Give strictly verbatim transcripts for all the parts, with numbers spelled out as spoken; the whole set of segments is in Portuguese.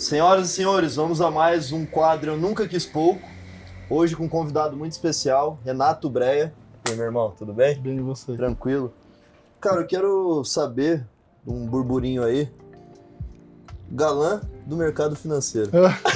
Senhoras e senhores, vamos a mais um quadro Eu Nunca Quis Pouco. Hoje com um convidado muito especial, Renato Breia. E aí, meu irmão, tudo bem? Bem, e você? Tranquilo. Cara, eu quero saber, um burburinho aí, galã do mercado financeiro.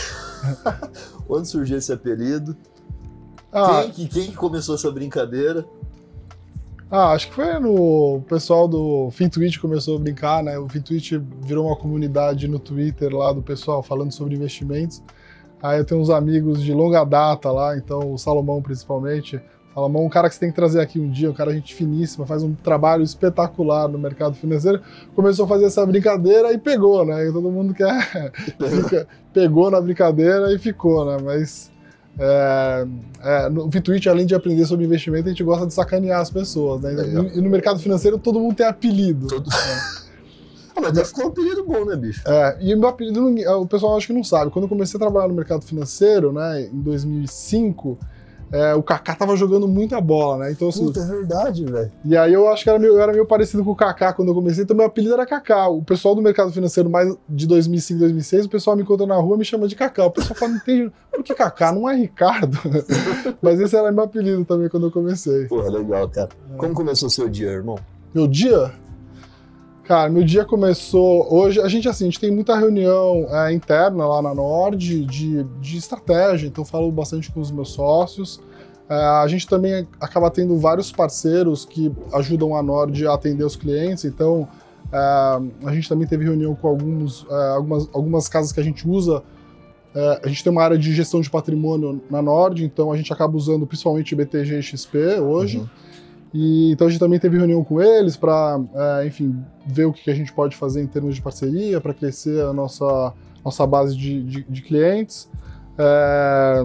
Onde surgiu esse apelido? Ah, Quem, que, quem que começou essa brincadeira? ah, acho que foi no o pessoal do FinTwitch começou a brincar, né? O FinTwitch virou uma comunidade no Twitter lá do pessoal falando sobre investimentos. Aí eu tenho uns amigos de longa data lá, então o Salomão principalmente. Salomão, um cara que você tem que trazer aqui um dia, um cara gente finíssima, faz um trabalho espetacular no mercado financeiro. Começou a fazer essa brincadeira e pegou, né? E todo mundo quer fica, pegou na brincadeira e ficou, né? Mas é, é, no FinTwitch, além de aprender sobre investimento, a gente gosta de sacanear as pessoas, né? E, e no mercado financeiro todo mundo tem apelido. Todo... É. Ah, mas deve ficar um apelido bom, né, bicho? É, e o meu apelido, o pessoal acho que não sabe. Quando eu comecei a trabalhar no mercado financeiro, né, em dois mil e cinco, é, o Kaká tava jogando muita bola, né? Então, assim, puta, é verdade, velho. E aí eu acho que era meio, eu era meio parecido com o Kaká quando eu comecei, então meu apelido era Kaká. O pessoal do mercado financeiro mais de dois mil e cinco, dois mil e seis, o pessoal me encontra na rua e me chama de Kaká. O pessoal fala, não entende, por que Kaká? Não é Ricardo? Mas esse era meu apelido também quando eu comecei. Porra, legal, cara. É. Como começou o seu dia, irmão? Meu dia? Cara, meu dia começou hoje, a gente assim, a gente tem muita reunião é, interna lá na Nord de, de estratégia, então falo bastante com os meus sócios. É, a gente também acaba tendo vários parceiros que ajudam a Nord a atender os clientes, então é, a gente também teve reunião com alguns, é, algumas, algumas casas que a gente usa. É, a gente tem uma área de gestão de patrimônio na Nord, então a gente acaba usando principalmente B T G e X P hoje. Uhum. E, então a gente também teve reunião com eles para, é, enfim, ver o que a gente pode fazer em termos de parceria para crescer a nossa, nossa base de, de, de clientes. É,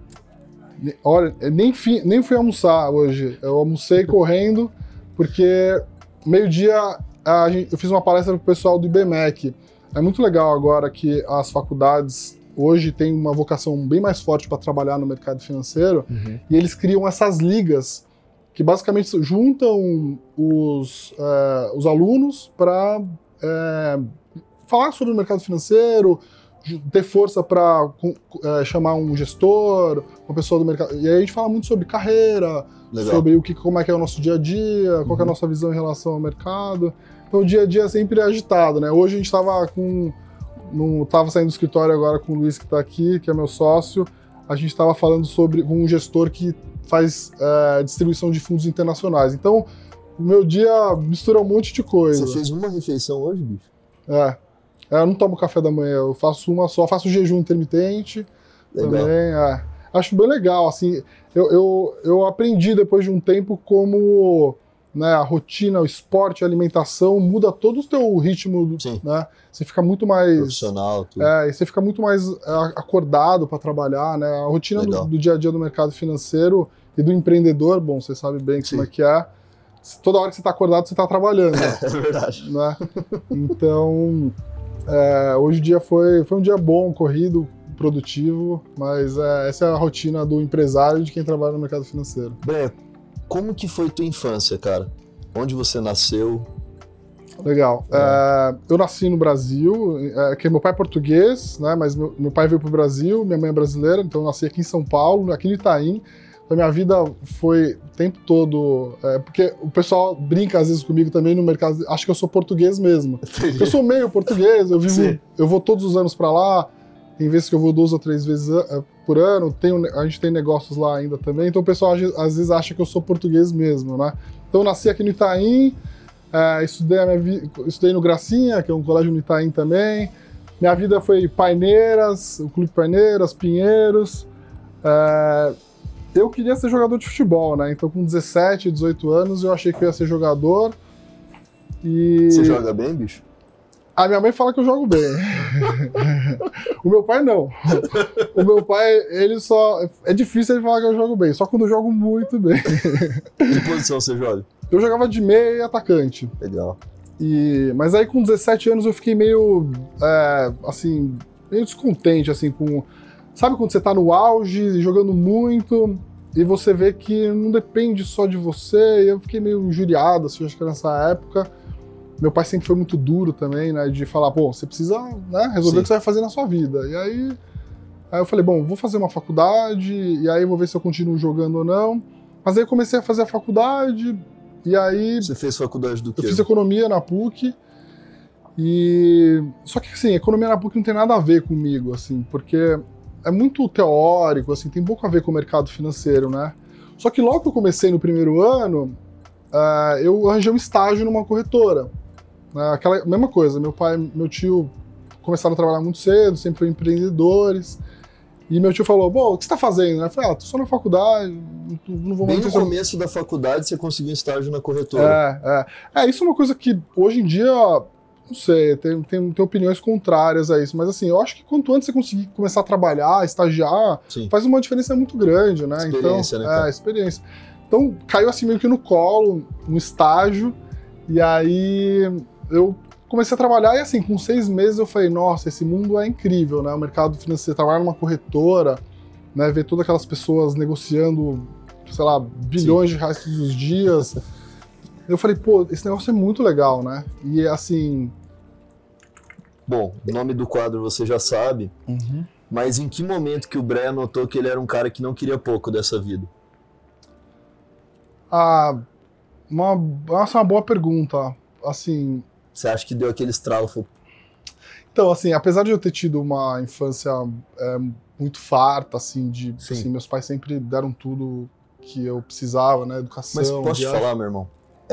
olha, nem, fi, nem fui almoçar hoje, eu almocei correndo, porque meio-dia eu fiz uma palestra para o pessoal do I B M E C. É muito legal agora que as faculdades hoje têm uma vocação bem mais forte para trabalhar no mercado financeiro, uhum. E eles criam essas ligas que basicamente juntam os, uh, os alunos para uh, falar sobre o mercado financeiro, ter força para uh, chamar um gestor, uma pessoa do mercado. E aí a gente fala muito sobre carreira, legal. Sobre o que, como é que é o nosso dia a dia, qual uhum. é a nossa visão em relação ao mercado. Então o dia a dia é sempre agitado, né? Hoje a gente estava com... No, tava saindo do escritório agora com o Luiz, que está aqui, que é meu sócio. A gente estava falando sobre com um gestor que faz uh, distribuição de fundos internacionais. Então, o meu dia mistura um monte de coisa. Você fez uma refeição hoje, bicho? É. Eu não tomo café da manhã, eu faço uma só, faço jejum intermitente. Legal. Também. É. Acho bem legal, assim, eu, eu, eu aprendi depois de um tempo como, né, a rotina, o esporte, a alimentação muda todo o teu ritmo, Sim. né? Você fica muito mais... Profissional, tudo. É, e você fica muito mais acordado para trabalhar, né? A rotina do, do dia a dia do mercado financeiro e do empreendedor, bom, você sabe bem Sim. como é que é. Toda hora que você está acordado, você está trabalhando. É, é verdade. Né? Então, é, hoje o dia foi, foi um dia bom, corrido, produtivo, mas é, essa é a rotina do empresário e de quem trabalha no mercado financeiro. Breia, como que foi tua infância, cara? Onde você nasceu? Legal. É. É, eu nasci no Brasil, é, que meu pai é português, né, mas meu, meu pai veio pro Brasil, minha mãe é brasileira, então eu nasci aqui em São Paulo, aqui no Itaim. Então a minha vida foi o tempo todo... É, porque o pessoal brinca às vezes comigo também no mercado, acha que eu sou português mesmo. Eu sou meio português, eu vivo, Sim. eu vou todos os anos para lá, tem vezes que eu vou duas ou três vezes por ano, tenho, a gente tem negócios lá ainda também, então o pessoal às vezes acha que eu sou português mesmo, né? Então eu nasci aqui no Itaim, É, estudei, a minha vi... estudei no Gracinha, que é um colégio no Itaim também. Minha vida foi Paineiras, o Clube Paineiras, Pinheiros. É... Eu queria ser jogador de futebol, né? Então com dezessete, dezoito anos eu achei que eu ia ser jogador. E... Você joga bem, bicho? A minha mãe fala que eu jogo bem. O meu pai não. O meu pai, ele só... É difícil ele falar que eu jogo bem, só quando eu jogo muito bem. Que posição você joga? Eu jogava de meia e atacante. Legal. E, mas aí com dezessete anos eu fiquei meio, é, assim, meio descontente, assim, com... Sabe quando você tá no auge, jogando muito, e você vê que não depende só de você, e eu fiquei meio injuriado, assim, acho que nessa época. Meu pai sempre foi muito duro também, né, de falar, pô, você precisa, né, resolver Sim. o que você vai fazer na sua vida. E aí, aí eu falei, bom, vou fazer uma faculdade, e aí vou ver se eu continuo jogando ou não. Mas aí eu comecei a fazer a faculdade, e aí... Você fez faculdade do quê? Eu fiz economia na P U C, e... Só que, assim, economia na P U C não tem nada a ver comigo, assim, porque é muito teórico, assim, tem pouco a ver com o mercado financeiro, né? Só que logo que eu comecei no primeiro ano, uh, eu arranjei um estágio numa corretora. Uh, aquela mesma coisa, meu pai e meu tio começaram a trabalhar muito cedo, sempre foram empreendedores. E meu tio falou, bom, o que você tá fazendo? Eu falei, ah, tô só na faculdade, não vou Bem mais... no começo da faculdade você conseguiu um estágio na corretora. É, é. É, isso é uma coisa que hoje em dia, não sei, tem, tem, tem opiniões contrárias a isso, mas assim, eu acho que quanto antes você conseguir começar a trabalhar, estagiar, Sim. faz uma diferença muito grande, né? Experiência, então, né, cara? É, experiência. Então, caiu assim meio que no colo, um estágio, e aí eu comecei a trabalhar e assim, com seis meses eu falei, nossa, esse mundo é incrível, né? O mercado financeiro, trabalhar numa corretora, né? Ver todas aquelas pessoas negociando, sei lá, bilhões Sim. de reais todos os dias. Eu falei, pô, esse negócio é muito legal, né? E assim... Bom, o nome do quadro você já sabe, uhum. mas em que momento que o Brian notou que ele era um cara que não queria pouco dessa vida? Ah, uma, nossa, uma boa pergunta. Assim... Você acha que deu aquele estralo? Então, assim, apesar de eu ter tido uma infância é, muito farta, assim, de assim, meus pais sempre deram tudo que eu precisava, né, educação... Mas posso viagem. te falar, meu irmão?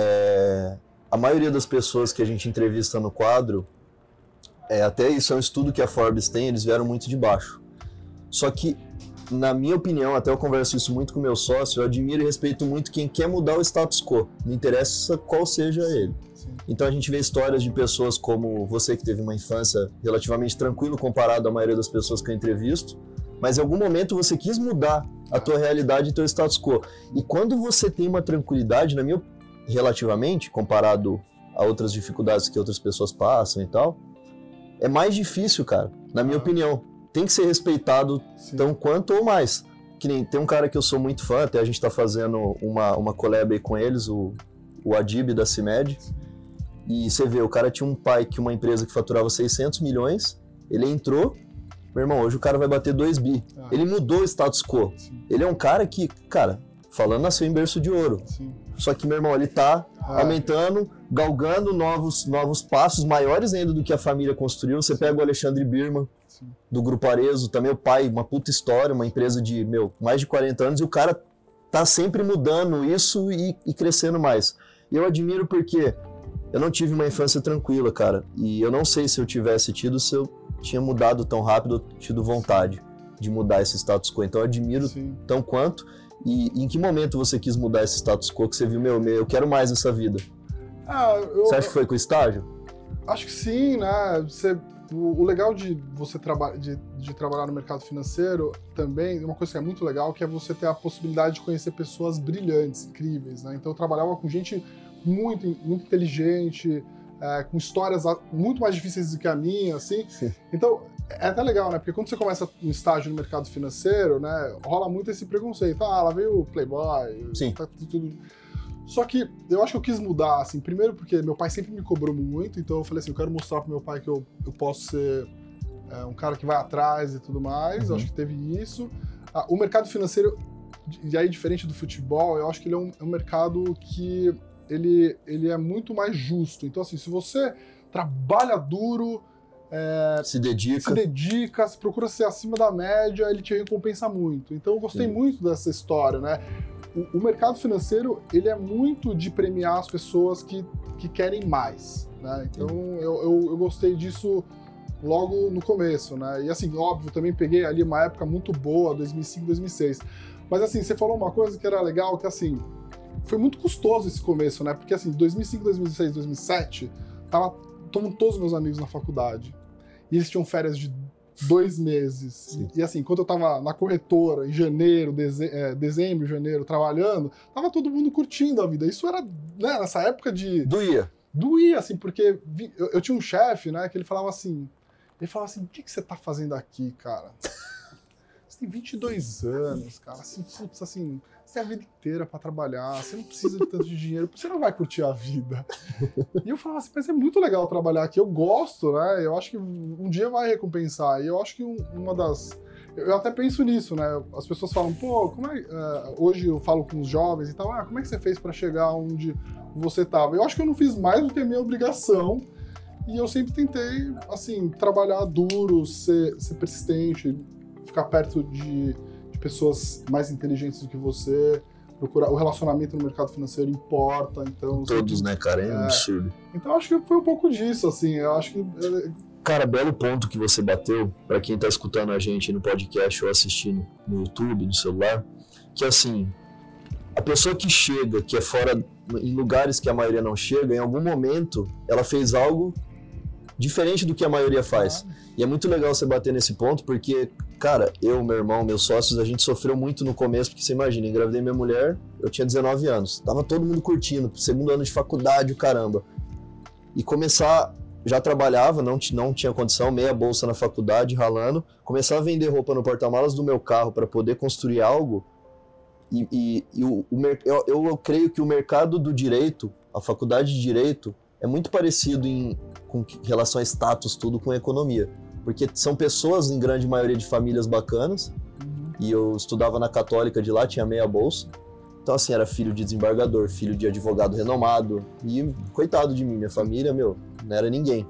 É, a maioria das pessoas que a gente entrevista no quadro, é, até isso é um estudo que a Forbes tem, eles vieram muito de baixo. Só que, na minha opinião, até eu converso isso muito com meu sócio, eu admiro e respeito muito quem quer mudar o status quo, não interessa qual seja ele. Então a gente vê histórias de pessoas como você que teve uma infância relativamente tranquila comparado à maioria das pessoas que eu entrevisto, mas em algum momento você quis mudar a tua realidade e teu status quo. E quando você tem uma tranquilidade, na minha relativamente, comparado a outras dificuldades que outras pessoas passam e tal, é mais difícil, cara, na minha ah. opinião. Tem que ser respeitado Sim. tão quanto ou mais. Que nem tem um cara que eu sou muito fã, até a gente tá fazendo uma, uma collab aí com eles, o, o Adib da CIMED. E você vê, o cara tinha um pai que uma empresa que faturava seiscentos milhões, ele entrou, meu irmão, hoje o cara vai bater dois bi. Ah. Ele mudou o status quo. Sim. Ele é um cara que, cara, falando, nasceu em berço de ouro. Sim. Só que, meu irmão, ele tá ah. aumentando, galgando novos, novos passos, maiores ainda do que a família construiu. Você Sim. pega o Alexandre Birman, Sim. do Grupo Arezzo, também o pai, uma puta história, uma empresa de, meu, mais de quarenta anos, e o cara tá sempre mudando isso e, e crescendo mais. E eu admiro porque... Eu não tive uma infância tranquila, cara, e eu não sei se eu tivesse tido, se eu tinha mudado tão rápido, ou tido vontade de mudar esse status quo. Então eu admiro Sim. tão quanto. E, e em que momento você quis mudar esse status quo que você viu, meu, meu eu quero mais essa vida? Ah, eu, você acha que foi com o estágio? Acho que sim, né? Você, o, o legal de você traba de, de trabalhar no mercado financeiro também, uma coisa que é muito legal, que é você ter a possibilidade de conhecer pessoas brilhantes, incríveis, né? Então eu trabalhava com gente... muito, muito inteligente, é, com histórias muito mais difíceis do que a minha, assim. Sim. Então, é até legal, né? Porque quando você começa um estágio no mercado financeiro, né, rola muito esse preconceito. Ah, lá veio o Playboy, Sim. Tá tudo... Só que eu acho que eu quis mudar, assim, primeiro porque meu pai sempre me cobrou muito, então eu falei assim, eu quero mostrar pro meu pai que eu, eu posso ser é, um cara que vai atrás e tudo mais, uhum. eu acho que teve isso. Ah, o mercado financeiro, e aí diferente do futebol, eu acho que ele é um, é um mercado que Ele, ele é muito mais justo. Então, assim, se você trabalha duro, é, se dedica, se dedica, se procura ser acima da média, ele te recompensa muito. Então, eu gostei Sim. muito dessa história, né? O, o mercado financeiro, ele é muito de premiar as pessoas que, que querem mais, né? Então, eu, eu, eu gostei disso logo no começo, né? E, assim, óbvio, também peguei ali uma época muito boa, dois mil e cinco, dois mil e seis. Mas, assim, você falou uma coisa que era legal, que, assim... Foi muito custoso esse começo, né? Porque, assim, dois mil e cinco, dois mil e seis, dois mil e sete, tava, estavam todos os meus amigos na faculdade. E eles tinham férias de dois meses. Sim. E, assim, quando eu tava na corretora, em janeiro, deze é, dezembro, janeiro, trabalhando, tava todo mundo curtindo a vida. Isso era, né, nessa época de... Doía. Doía, assim, porque eu, eu tinha um chefe, né, que ele falava assim... Ele falava assim, o que, que você tá fazendo aqui, cara? você tem vinte e dois anos, cara, assim, putz, assim, você tem a vida inteira pra trabalhar, você não precisa de tanto de dinheiro, você não vai curtir a vida. E eu falava assim, mas é muito legal trabalhar aqui, eu gosto, né, eu acho que um dia vai recompensar, e eu acho que um, uma das... Eu até penso nisso, né? As pessoas falam, pô, como é... Uh, hoje eu falo com os jovens e tal, ah, como é que você fez para chegar onde você estava? Eu acho que eu não fiz mais do que a minha obrigação e eu sempre tentei, assim, trabalhar duro, ser, ser persistente, ficar perto de, de pessoas mais inteligentes do que você, procurar... O relacionamento no mercado financeiro importa, então... Todos, sempre, né, cara? É um é, absurdo. Então eu acho que foi um pouco disso, assim, eu acho que... É, cara, belo ponto que você bateu, para quem tá escutando a gente no podcast ou assistindo no YouTube, no celular, que assim, a pessoa que chega, que é fora, em lugares que a maioria não chega, em algum momento ela fez algo diferente do que a maioria faz. E é muito legal você bater nesse ponto, porque, cara, eu, meu irmão, meus sócios, a gente sofreu muito no começo, porque você imagina, engravidei minha mulher, eu tinha dezenove anos, tava todo mundo curtindo, segundo ano de faculdade, o caramba. E começar... Já trabalhava, não, não tinha condição, meia bolsa na faculdade, ralando. Começar a vender roupa no porta-malas do meu carro para poder construir algo. E, e, e o, o, eu, eu creio que o mercado do direito, a faculdade de direito, é muito parecido em, com relação a status, tudo com a economia. Porque são pessoas, em grande maioria, de famílias bacanas. Uhum. E eu estudava na Católica de lá, tinha meia bolsa. Então, assim, era filho de desembargador, filho de advogado renomado. E, coitado de mim, minha família, meu, não era ninguém.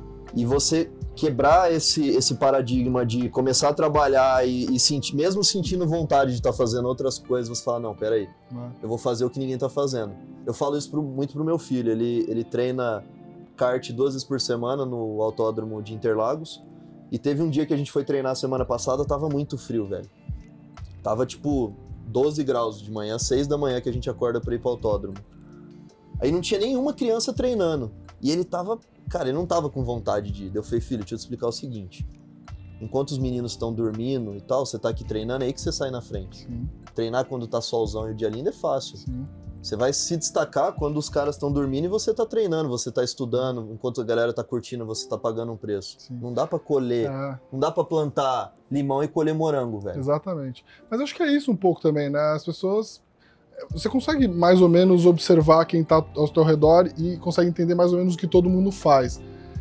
E você quebrar esse, esse paradigma de começar a trabalhar e, e sentir, mesmo sentindo vontade de estar tá fazendo outras coisas, você fala, não, peraí, não. eu vou fazer o que ninguém está fazendo. Eu falo isso pro, muito pro meu filho, ele, ele treina kart duas vezes por semana no autódromo de Interlagos. E teve um dia que a gente foi treinar semana passada, tava muito frio, velho. Tava, tipo... doze graus de manhã, seis da manhã que a gente acorda pra ir pro autódromo. Aí não tinha nenhuma criança treinando. E ele tava... Cara, ele não tava com vontade de ir. Eu falei, filho, deixa eu te explicar o seguinte. Enquanto os meninos estão dormindo e tal, você tá aqui treinando, é aí que você sai na frente. Sim. Treinar quando tá solzão e o dia lindo é fácil. Sim. Você vai se destacar quando os caras estão dormindo e você tá treinando, você tá estudando, enquanto a galera tá curtindo, você tá pagando um preço. Sim. Não dá pra colher, é. não dá pra plantar limão e colher morango, velho. Exatamente. Mas acho que é isso um pouco também, né? As pessoas... Você consegue mais ou menos observar quem tá ao seu redor e consegue entender mais ou menos o que todo mundo faz.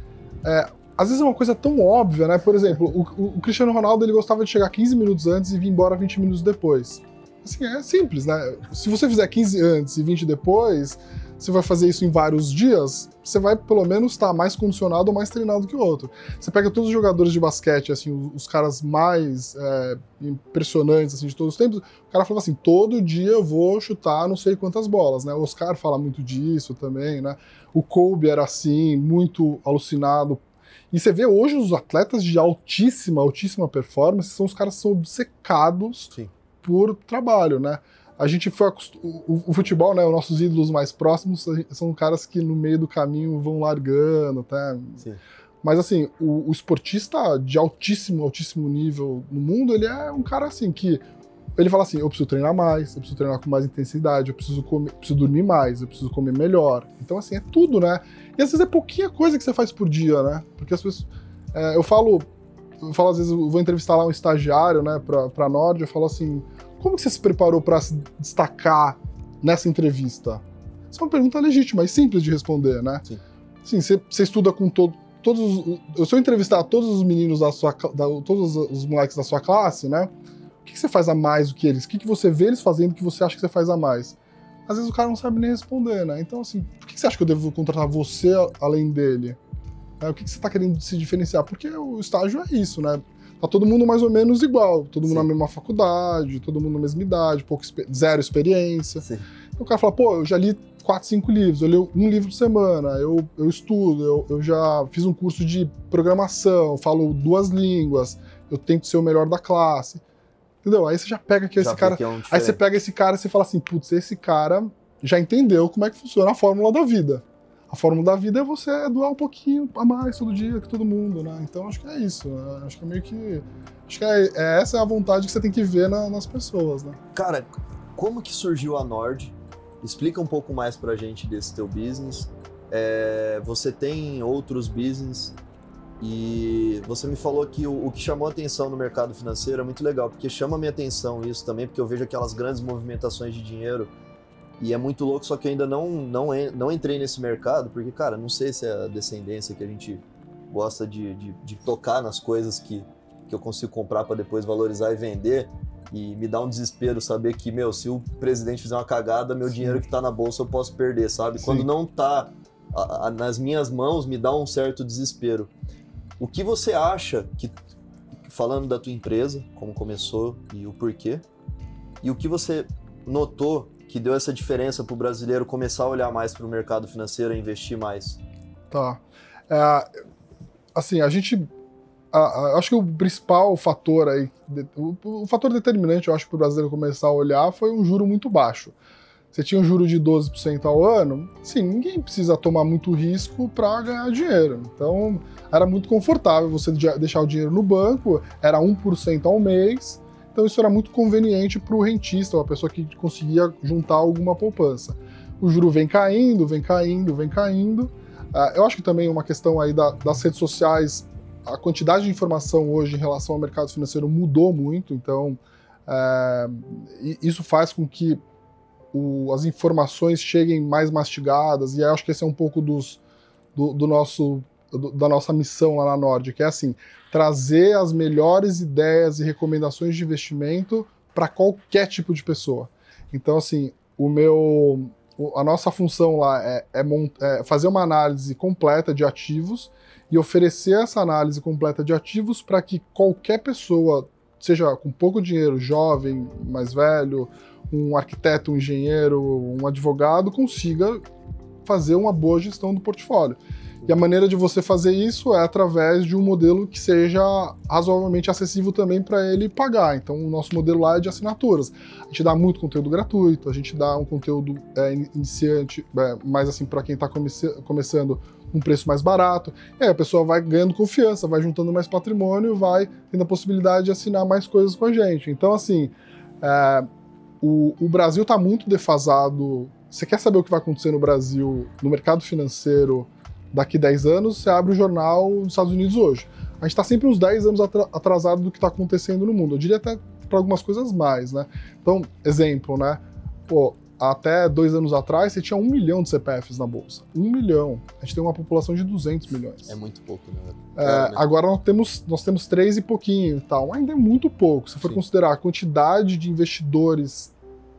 É, às vezes é uma coisa tão óbvia, né? Por exemplo, o, o Cristiano Ronaldo, ele gostava de chegar quinze minutos antes e vir embora vinte minutos depois. Assim, é simples, né? Se você fizer quinze antes e vinte depois, você vai fazer isso em vários dias, você vai pelo menos estar mais condicionado ou mais treinado que o outro. Você pega todos os jogadores de basquete, assim, os, os caras mais é, impressionantes assim, de todos os tempos, o cara falava assim, todo dia eu vou chutar não sei quantas bolas, né? O Oscar fala muito disso também, né? O Kobe era assim, muito alucinado. E você vê hoje os atletas de altíssima, altíssima performance, são os caras que são obcecados Sim. por trabalho, né? A gente foi acost... o, o futebol, né? Os nossos ídolos mais próximos são caras que no meio do caminho vão largando, tá? Sim. Mas assim, o, o esportista de altíssimo, altíssimo nível no mundo, ele é um cara assim que ele fala assim, eu preciso treinar mais, eu preciso treinar com mais intensidade, eu preciso comer, preciso dormir mais, eu preciso comer melhor. Então assim, é tudo, né? E às vezes é pouquinha coisa que você faz por dia, né? Porque as pessoas, é, eu falo, eu falo às vezes, eu vou entrevistar lá um estagiário, né? Pra, pra Nord, eu falo assim, como que você se preparou para se destacar nessa entrevista? Isso é uma pergunta legítima e simples de responder, né? Sim. Sim, você, você estuda com todo, todos os... Se eu entrevistar todos os meninos da sua... Da, todos os moleques da sua classe, né? O que, que você faz a mais do que eles? O que, que você vê eles fazendo que você acha que você faz a mais? Às vezes o cara não sabe nem responder, né? Então, assim, por que você acha que eu devo contratar você além dele? É, o que, que você está querendo se diferenciar? Porque o estágio é isso, né? Tá todo mundo mais ou menos igual, todo mundo Sim. na mesma faculdade, todo mundo na mesma idade, pouco, zero experiência. Sim. Então o cara fala, pô, eu já li quatro, cinco livros, eu leio um livro por semana, eu, eu estudo, eu, eu já fiz um curso de programação, falo duas línguas, eu tento ser o melhor da classe. Entendeu? Aí você já pega aqui já esse cara, é um aí você pega esse cara e você fala assim, putz, esse cara já entendeu como é que funciona a fórmula da vida. A fórmula da vida é você doar um pouquinho a mais todo dia que todo mundo, né? Então acho que é isso. Né? Acho que é meio que... Acho que é, é essa é a vontade que você tem que ver na, nas pessoas, né? Cara, como que surgiu a Nord? Explica um pouco mais pra gente desse teu business. É, você tem outros business E você me falou que o, o que chamou a atenção no mercado financeiro é muito legal, porque chama a minha atenção isso também, porque eu vejo aquelas grandes movimentações de dinheiro e é muito louco, só que eu ainda não, não, não entrei nesse mercado, porque, cara, não sei se é a descendência que a gente gosta de, de, de tocar nas coisas que, que eu consigo comprar para depois valorizar e vender, e me dá um desespero saber que, meu, se o presidente fizer uma cagada, meu Sim. dinheiro que tá na bolsa eu posso perder, sabe? Sim. Quando não tá a, a, nas minhas mãos, me dá um certo desespero. O que você acha, que, falando da tua empresa, como começou e o porquê, e o que você notou que deu essa diferença para o brasileiro começar a olhar mais para o mercado financeiro e investir mais? Tá. É, assim, a gente... A, a, acho que o principal fator aí, o, o fator determinante, eu acho, para o brasileiro começar a olhar foi um juro muito baixo. Você tinha um juro de doze por cento ao ano, sim, ninguém precisa tomar muito risco para ganhar dinheiro. Então, era muito confortável você deixar o dinheiro no banco, era um por cento ao mês, então isso era muito conveniente para o rentista, uma pessoa que conseguia juntar alguma poupança. O juro vem caindo, vem caindo, vem caindo. Uh, eu acho que também uma questão aí da, das redes sociais, a quantidade de informação hoje em relação ao mercado financeiro mudou muito, então uh, isso faz com que O, as informações cheguem mais mastigadas, e eu acho que esse é um pouco dos, do, do nosso, do, da nossa missão lá na Nord, que é assim, trazer as melhores ideias e recomendações de investimento para qualquer tipo de pessoa. Então, assim, o meu, a nossa função lá é, é, é fazer uma análise completa de ativos e oferecer essa análise completa de ativos para que qualquer pessoa, seja com pouco dinheiro, jovem, mais velho, um arquiteto, um engenheiro, um advogado, consiga fazer uma boa gestão do portfólio. E a maneira de você fazer isso é através de um modelo que seja razoavelmente acessível também para ele pagar. Então, o nosso modelo lá é de assinaturas. A gente dá muito conteúdo gratuito, a gente dá um conteúdo é, iniciante, é, mais assim, para quem está comece começando, um preço mais barato. E aí a pessoa vai ganhando confiança, vai juntando mais patrimônio, vai tendo a possibilidade de assinar mais coisas com a gente. Então, assim, é, O, o Brasil está muito defasado. Você quer saber o que vai acontecer no Brasil, no mercado financeiro, daqui dez anos? Você abre o jornal dos Estados Unidos hoje. A gente está sempre uns dez anos atrasado do que está acontecendo no mundo. Eu diria até para algumas coisas mais, né? Então, exemplo, né? Pô, até dois anos atrás, você tinha um milhão de C P Fs na Bolsa. Um milhão. A gente tem uma população de duzentos milhões. É muito pouco, né? É, é, né? Agora nós temos, nós temos três e pouquinho e tal. Ainda é muito pouco. Se for Sim. considerar a quantidade de investidores,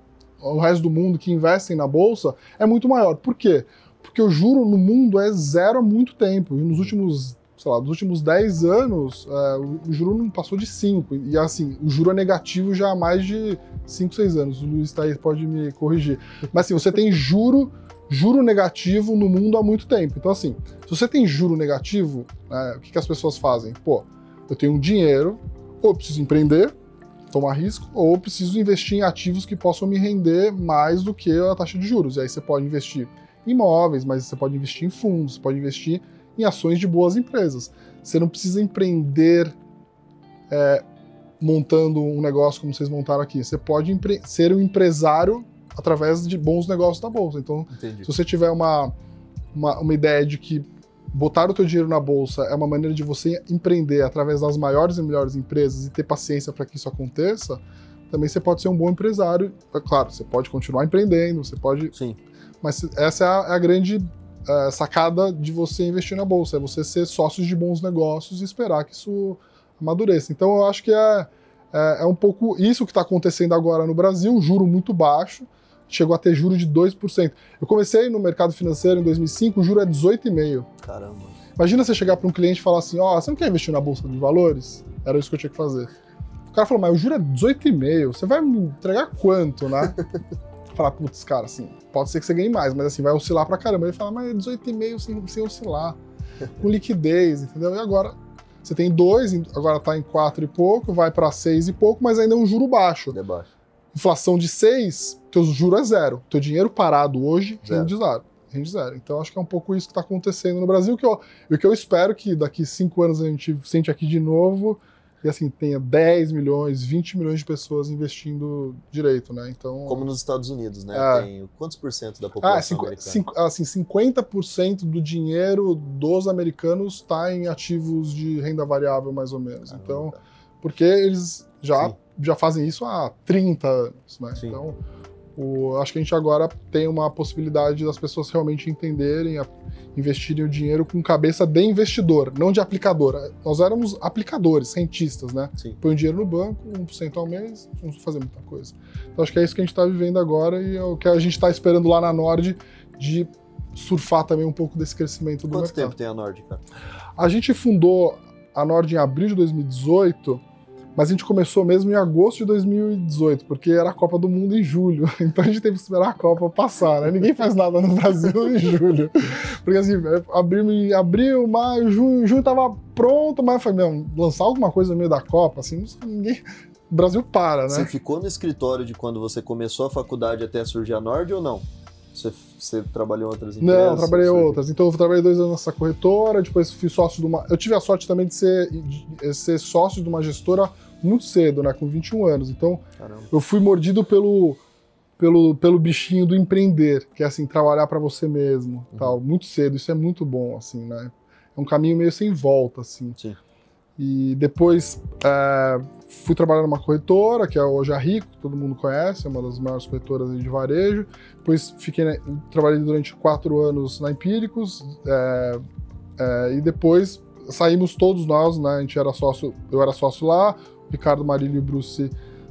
o resto do mundo que investem na Bolsa, é muito maior. Por quê? Porque o juro no mundo é zero há muito tempo. E nos últimos, sei lá, nos últimos dez anos, é, o juro não passou de cinco. E assim, o juro é negativo já há mais de cinco, seis anos. O Luiz tá aí, pode me corrigir. Mas assim, você tem juro, juro negativo no mundo há muito tempo. Então assim, se você tem juro negativo, é, o que, que as pessoas fazem? Pô, eu tenho um dinheiro, ou eu preciso empreender, tomar risco, ou eu preciso investir em ativos que possam me render mais do que a taxa de juros. E aí você pode investir em imóveis, mas você pode investir em fundos, você pode investir em ações de boas empresas. Você não precisa empreender é, montando um negócio como vocês montaram aqui. Você pode ser um empresário através de bons negócios da Bolsa. Então, Entendi. se você tiver uma, uma, uma ideia de que botar o teu dinheiro na Bolsa é uma maneira de você empreender através das maiores e melhores empresas e ter paciência para que isso aconteça, também você pode ser um bom empresário. É claro, você pode continuar empreendendo, você pode... Sim. Mas essa é a, é a grande é, sacada de você investir na Bolsa, é você ser sócio de bons negócios e esperar que isso amadureça. Então eu acho que é, é, é um pouco isso que está acontecendo agora no Brasil, juro muito baixo, chegou a ter juro de dois por cento. Eu comecei no mercado financeiro em dois mil e cinco, o juro é dezoito vírgula cinco por cento. Caramba. Imagina você chegar para um cliente e falar assim, ó, oh, você não quer investir na Bolsa de Valores? Era isso que eu tinha que fazer. O cara falou, mas o juro é dezoito vírgula cinco por cento, você vai me entregar quanto, né? Falar, putz, cara, assim, pode ser que você ganhe mais, mas assim, vai oscilar pra caramba. Ele fala, mas é dezoito vírgula cinco por cento sem, sem oscilar, com liquidez, entendeu? E agora você tem dois, agora tá em quatro e pouco, vai para seis e pouco, mas ainda é um juro baixo. É baixo. Inflação de seis, teu juro é zero. Teu dinheiro parado hoje rende zero. Rende zero. Então acho que é um pouco isso que está acontecendo no Brasil, que eu, o que eu espero que daqui cinco anos a gente sente aqui de novo e assim, tenha dez milhões, vinte milhões de pessoas investindo direito, né? Então, como nos Estados Unidos, né? É. Tem quantos por cento da população ah, cinco, americana? cinco, assim, cinquenta por cento do dinheiro dos americanos está em ativos de renda variável, mais ou menos. Caramba, então, cara. porque eles já, Sim. já fazem isso há trinta anos, né? Sim. Então, o, acho que a gente agora tem uma possibilidade das pessoas realmente entenderem, a, investirem o dinheiro com cabeça de investidor, não de aplicador. Nós éramos aplicadores, cientistas, né? Sim. Põe o dinheiro no banco, um por cento ao mês, não vamos fazer muita coisa. Então acho que é isso que a gente está vivendo agora e é o que a gente está esperando lá na Nord de surfar também um pouco desse crescimento do Quanto mercado. tempo tem a Nord, cara? A gente fundou a Nord em abril de dois mil e dezoito, mas a gente começou mesmo em agosto de dois mil e dezoito, porque era a Copa do Mundo em julho. Então a gente teve que esperar a Copa passar, né? Ninguém faz nada no Brasil em julho. Porque assim, abril, em abril, maio, junho, junho tava pronto, mas eu falei, meu, lançar alguma coisa no meio da Copa, assim, ninguém... O Brasil para, né? Você ficou no escritório de quando você começou a faculdade até surgir a Nord ou não? Você, você trabalhou em outras empresas? Não, trabalhei em você... outras. Então eu trabalhei dois anos nessa corretora, depois fui sócio de uma... Eu tive a sorte também de ser, de ser sócio de uma gestora muito cedo, né? Com vinte e um anos. Então Caramba. eu fui mordido pelo, pelo, pelo bichinho do empreender, que é assim, trabalhar para você mesmo, Uhum. tal, muito cedo. Isso é muito bom, assim, né? É um caminho meio sem volta, assim. Sim. E depois é, fui trabalhar numa corretora, que é hoje a Rico, que todo mundo conhece, é uma das maiores corretoras de varejo. Depois fiquei, né, trabalhei durante quatro anos na Empíricos, é, é, e depois saímos todos nós, né? A gente era sócio, eu era sócio lá, o Ricardo, Marílio e o Bruce,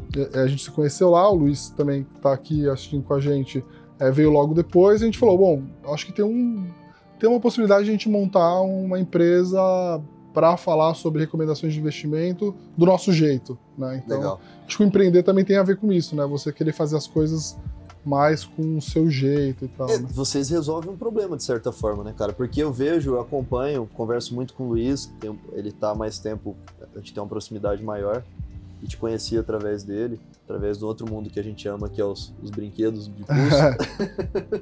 a gente se conheceu lá, o Luiz também está aqui assistindo com a gente, é, veio logo depois, e a gente falou, bom, acho que tem, um, tem uma possibilidade de a gente montar uma empresa para falar sobre recomendações de investimento do nosso jeito, né? Então, Legal. acho que o empreender também tem a ver com isso, né? Você querer fazer as coisas mais com o seu jeito e tal. É, né? vocês resolvem um problema, de certa forma, né, cara? Porque eu vejo, eu acompanho, converso muito com o Luiz, tem, ele tá há mais tempo, a gente tem uma proximidade maior, e te conheci através dele, através do outro mundo que a gente ama, que é os, os brinquedos de pulso.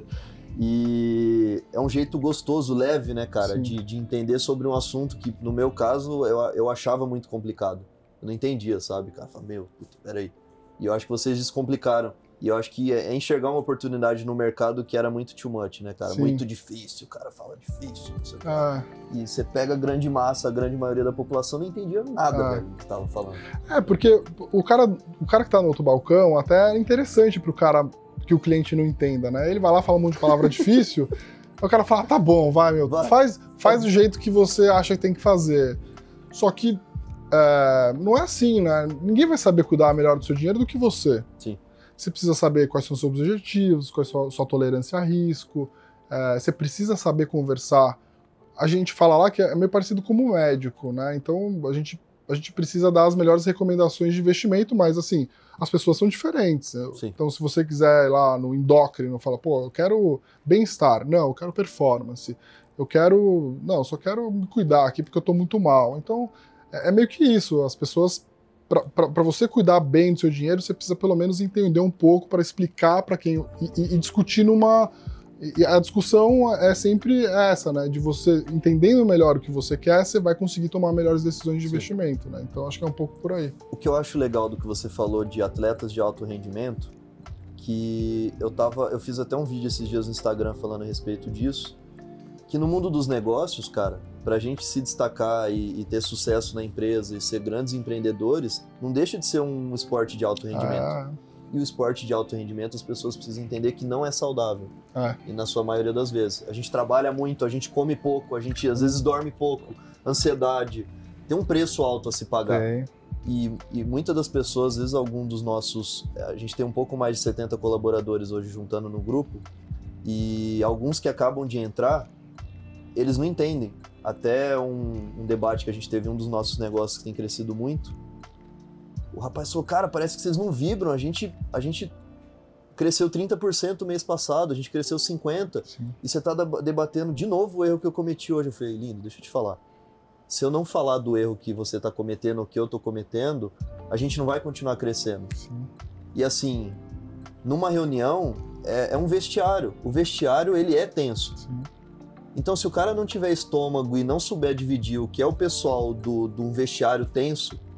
E é um jeito gostoso, leve, né, cara, de, de entender sobre um assunto que, no meu caso, eu, eu achava muito complicado. Eu não entendia, sabe, cara? Eu falava, meu, puta, peraí. E eu acho que vocês descomplicaram. E eu acho que é enxergar uma oportunidade no mercado que era muito too much, né, cara? Sim. Muito difícil, o cara fala difícil, não sei o que. Ah, E você pega a grande massa, a grande maioria da população não entendia nada, Ah. velho, do que estavam falando. é, porque o cara, o cara que tá no outro balcão até é interessante pro cara que o cliente não entenda, né? Ele vai lá, fala um monte de palavra difícil, aí o cara fala, tá bom, vai, meu, Vai. faz, faz do jeito que você acha que tem que fazer. Só que é, não é assim, né? Ninguém vai saber cuidar melhor do seu dinheiro do que você. Sim. Você precisa saber quais são os seus objetivos, qual é a sua, sua tolerância a risco, é, você precisa saber conversar. A gente fala lá que é meio parecido como médico, né? Então a gente, a gente precisa dar as melhores recomendações de investimento, mas assim, as pessoas são diferentes. Sim. Então se você quiser ir lá no endócrino, fala, pô, eu quero bem-estar. Não, eu quero performance. Eu quero... Não, eu só quero me cuidar aqui porque eu tô muito mal. Então é, é meio que isso, as pessoas... Para você cuidar bem do seu dinheiro, você precisa pelo menos entender um pouco para explicar para quem... E, e, e discutir numa... E a discussão é sempre essa, né? De você entendendo melhor o que você quer, você vai conseguir tomar melhores decisões de Sim. investimento, né? Então acho que é um pouco por aí. O que eu acho legal do que você falou de atletas de alto rendimento, que eu tava, eu fiz até um vídeo esses dias no Instagram falando a respeito disso, que no mundo dos negócios, cara, pra gente se destacar e, e ter sucesso na empresa e ser grandes empreendedores, não deixa de ser um esporte de alto rendimento. Ah, E o esporte de alto rendimento, as pessoas precisam entender que não é saudável. é. E na sua maioria das vezes. A gente trabalha muito, a gente come pouco, a gente às vezes dorme pouco, ansiedade. Tem um preço alto a se pagar. Tem. E, e muitas das pessoas, às vezes algum dos nossos... A gente tem um pouco mais de setenta colaboradores hoje juntando no grupo, e alguns que acabam de entrar, eles não entendem. Até um, um debate que a gente teve em um dos nossos negócios que tem crescido muito, o rapaz falou, cara, parece que vocês não vibram, a gente, a gente cresceu trinta por cento mês passado, a gente cresceu cinquenta por cento, Sim. e você tá debatendo de novo o erro que eu cometi hoje. Eu falei, lindo, deixa eu te falar. Se eu não falar do erro que você tá cometendo, o que eu tô cometendo, a gente não vai continuar crescendo. Sim. E assim, numa reunião, é, é um vestiário. O vestiário, ele é tenso. Sim. Então, se o cara não tiver estômago e não souber dividir o que é o pessoal do, do vestiário tenso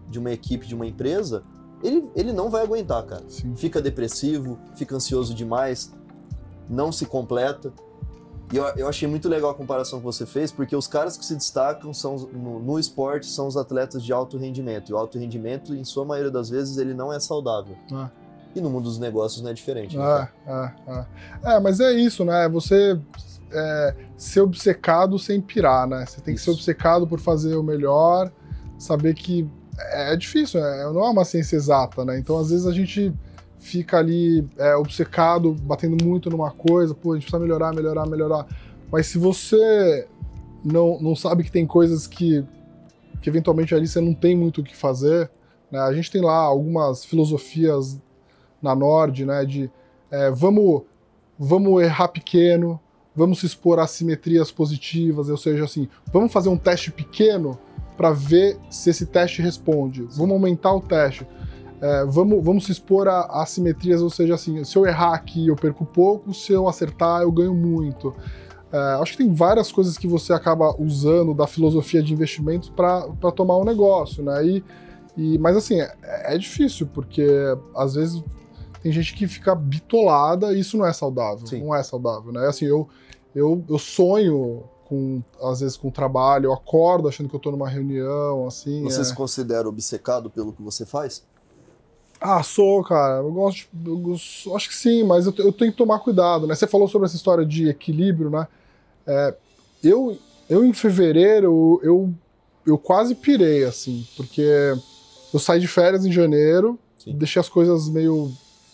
de uma equipe, de uma empresa, ele, ele não vai aguentar, cara. Sim. Fica depressivo, fica ansioso demais, não se completa. E eu, eu achei muito legal a comparação que você fez, porque os caras que se destacam são, no, no esporte são os atletas de alto rendimento. E o alto rendimento, em sua maioria das vezes, ele não é saudável. Ah. E no mundo dos negócios não é diferente. Né, ah, ah, ah. É, mas é isso, né? Você é, ser obcecado sem pirar, né? Você tem que isso. ser obcecado por fazer o melhor, saber que é, é difícil, né? Não é uma ciência exata, né? Então, às vezes, a gente fica ali é, obcecado, batendo muito numa coisa, pô, a gente precisa melhorar, melhorar, melhorar. Mas se você não, não sabe que tem coisas que, que eventualmente ali você não tem muito o que fazer, né? A gente tem lá algumas filosofias na Nord, né, de é, vamos, vamos errar pequeno, vamos se expor a assimetrias positivas, ou seja, assim, vamos fazer um teste pequeno para ver se esse teste responde, vamos aumentar o teste. É, vamos, vamos se expor a, a assimetrias, ou seja, assim, se eu errar aqui eu perco pouco, se eu acertar eu ganho muito. É, acho que tem várias coisas que você acaba usando da filosofia de investimentos para tomar um negócio, né? E, e, mas assim, é, é difícil, porque às vezes tem gente que fica bitolada e isso não é saudável. Sim. Não é saudável, né? Assim, eu, eu, eu sonho com, às vezes com trabalho, eu acordo achando que eu tô numa reunião, assim. Você é... se considera obcecado pelo que você faz? Ah, sou, cara. Eu gosto, eu gosto, acho que sim, mas eu, eu tenho que tomar cuidado, né? Você falou sobre essa história de equilíbrio, né? É, eu, eu, em fevereiro, eu, eu quase pirei, assim, porque eu saí de férias em janeiro, sim. deixei as coisas meio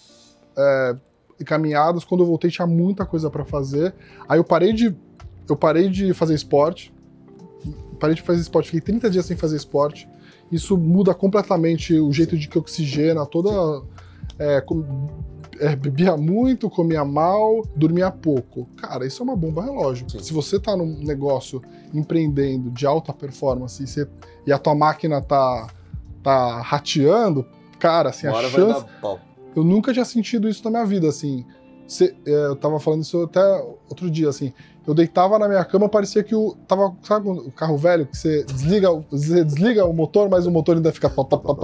é, encaminhadas. Quando eu voltei, tinha muita coisa pra fazer. Aí eu parei de, eu parei de fazer esporte, parei de fazer esporte, fiquei trinta dias sem fazer esporte. Isso muda completamente o jeito de que oxigena toda... É, com, é, bebia muito, comia mal, dormia pouco. Cara, isso é uma bomba relógio. Sim. Se você tá num negócio empreendendo de alta performance e, você, e a tua máquina tá, tá rateando, cara, assim, uma a hora chance... vai dar pau. Eu nunca tinha sentido isso na minha vida, assim. Cê, é, eu tava falando isso até outro dia, assim. Eu deitava na minha cama, parecia que o... Tava, sabe o carro velho que você desliga, você desliga o motor, mas o motor ainda fica...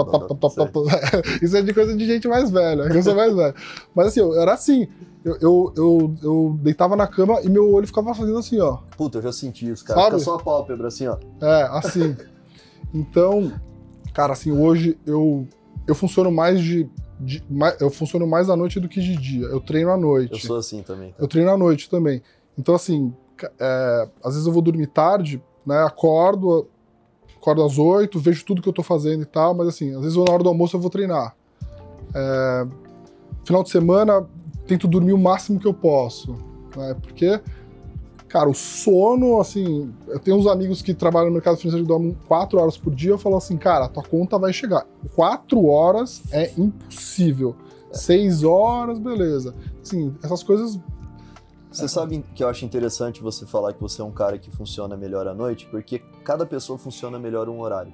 Isso é de coisa de gente mais velha, eu sou mais velho. Mas assim, eu, era assim. Eu, eu, eu, eu deitava na cama e meu olho ficava fazendo assim, ó. Puta, eu já senti isso, cara. Sabe? Fica só a pálpebra, assim, ó. É, assim. Então, cara, assim, hoje eu, eu funciono mais de... De, eu funciono mais à noite do que de dia. Eu treino à noite. Eu sou assim também. Cara. Eu treino à noite também. Então, assim, é, às vezes eu vou dormir tarde, né? Acordo, acordo às oito, vejo tudo que eu tô fazendo e tal, mas assim, às vezes na hora do almoço eu vou treinar. É, final de semana, tento dormir o máximo que eu posso, né? Porque, cara, o sono, assim, eu tenho uns amigos que trabalham no mercado financeiro que dormem quatro horas por dia, eu falo assim, cara, a tua conta vai chegar. Quatro horas é impossível. É. Seis horas, beleza. Assim, essas coisas... Você é. sabe que eu acho interessante você falar que você é um cara que funciona melhor à noite, porque cada pessoa funciona melhor um horário.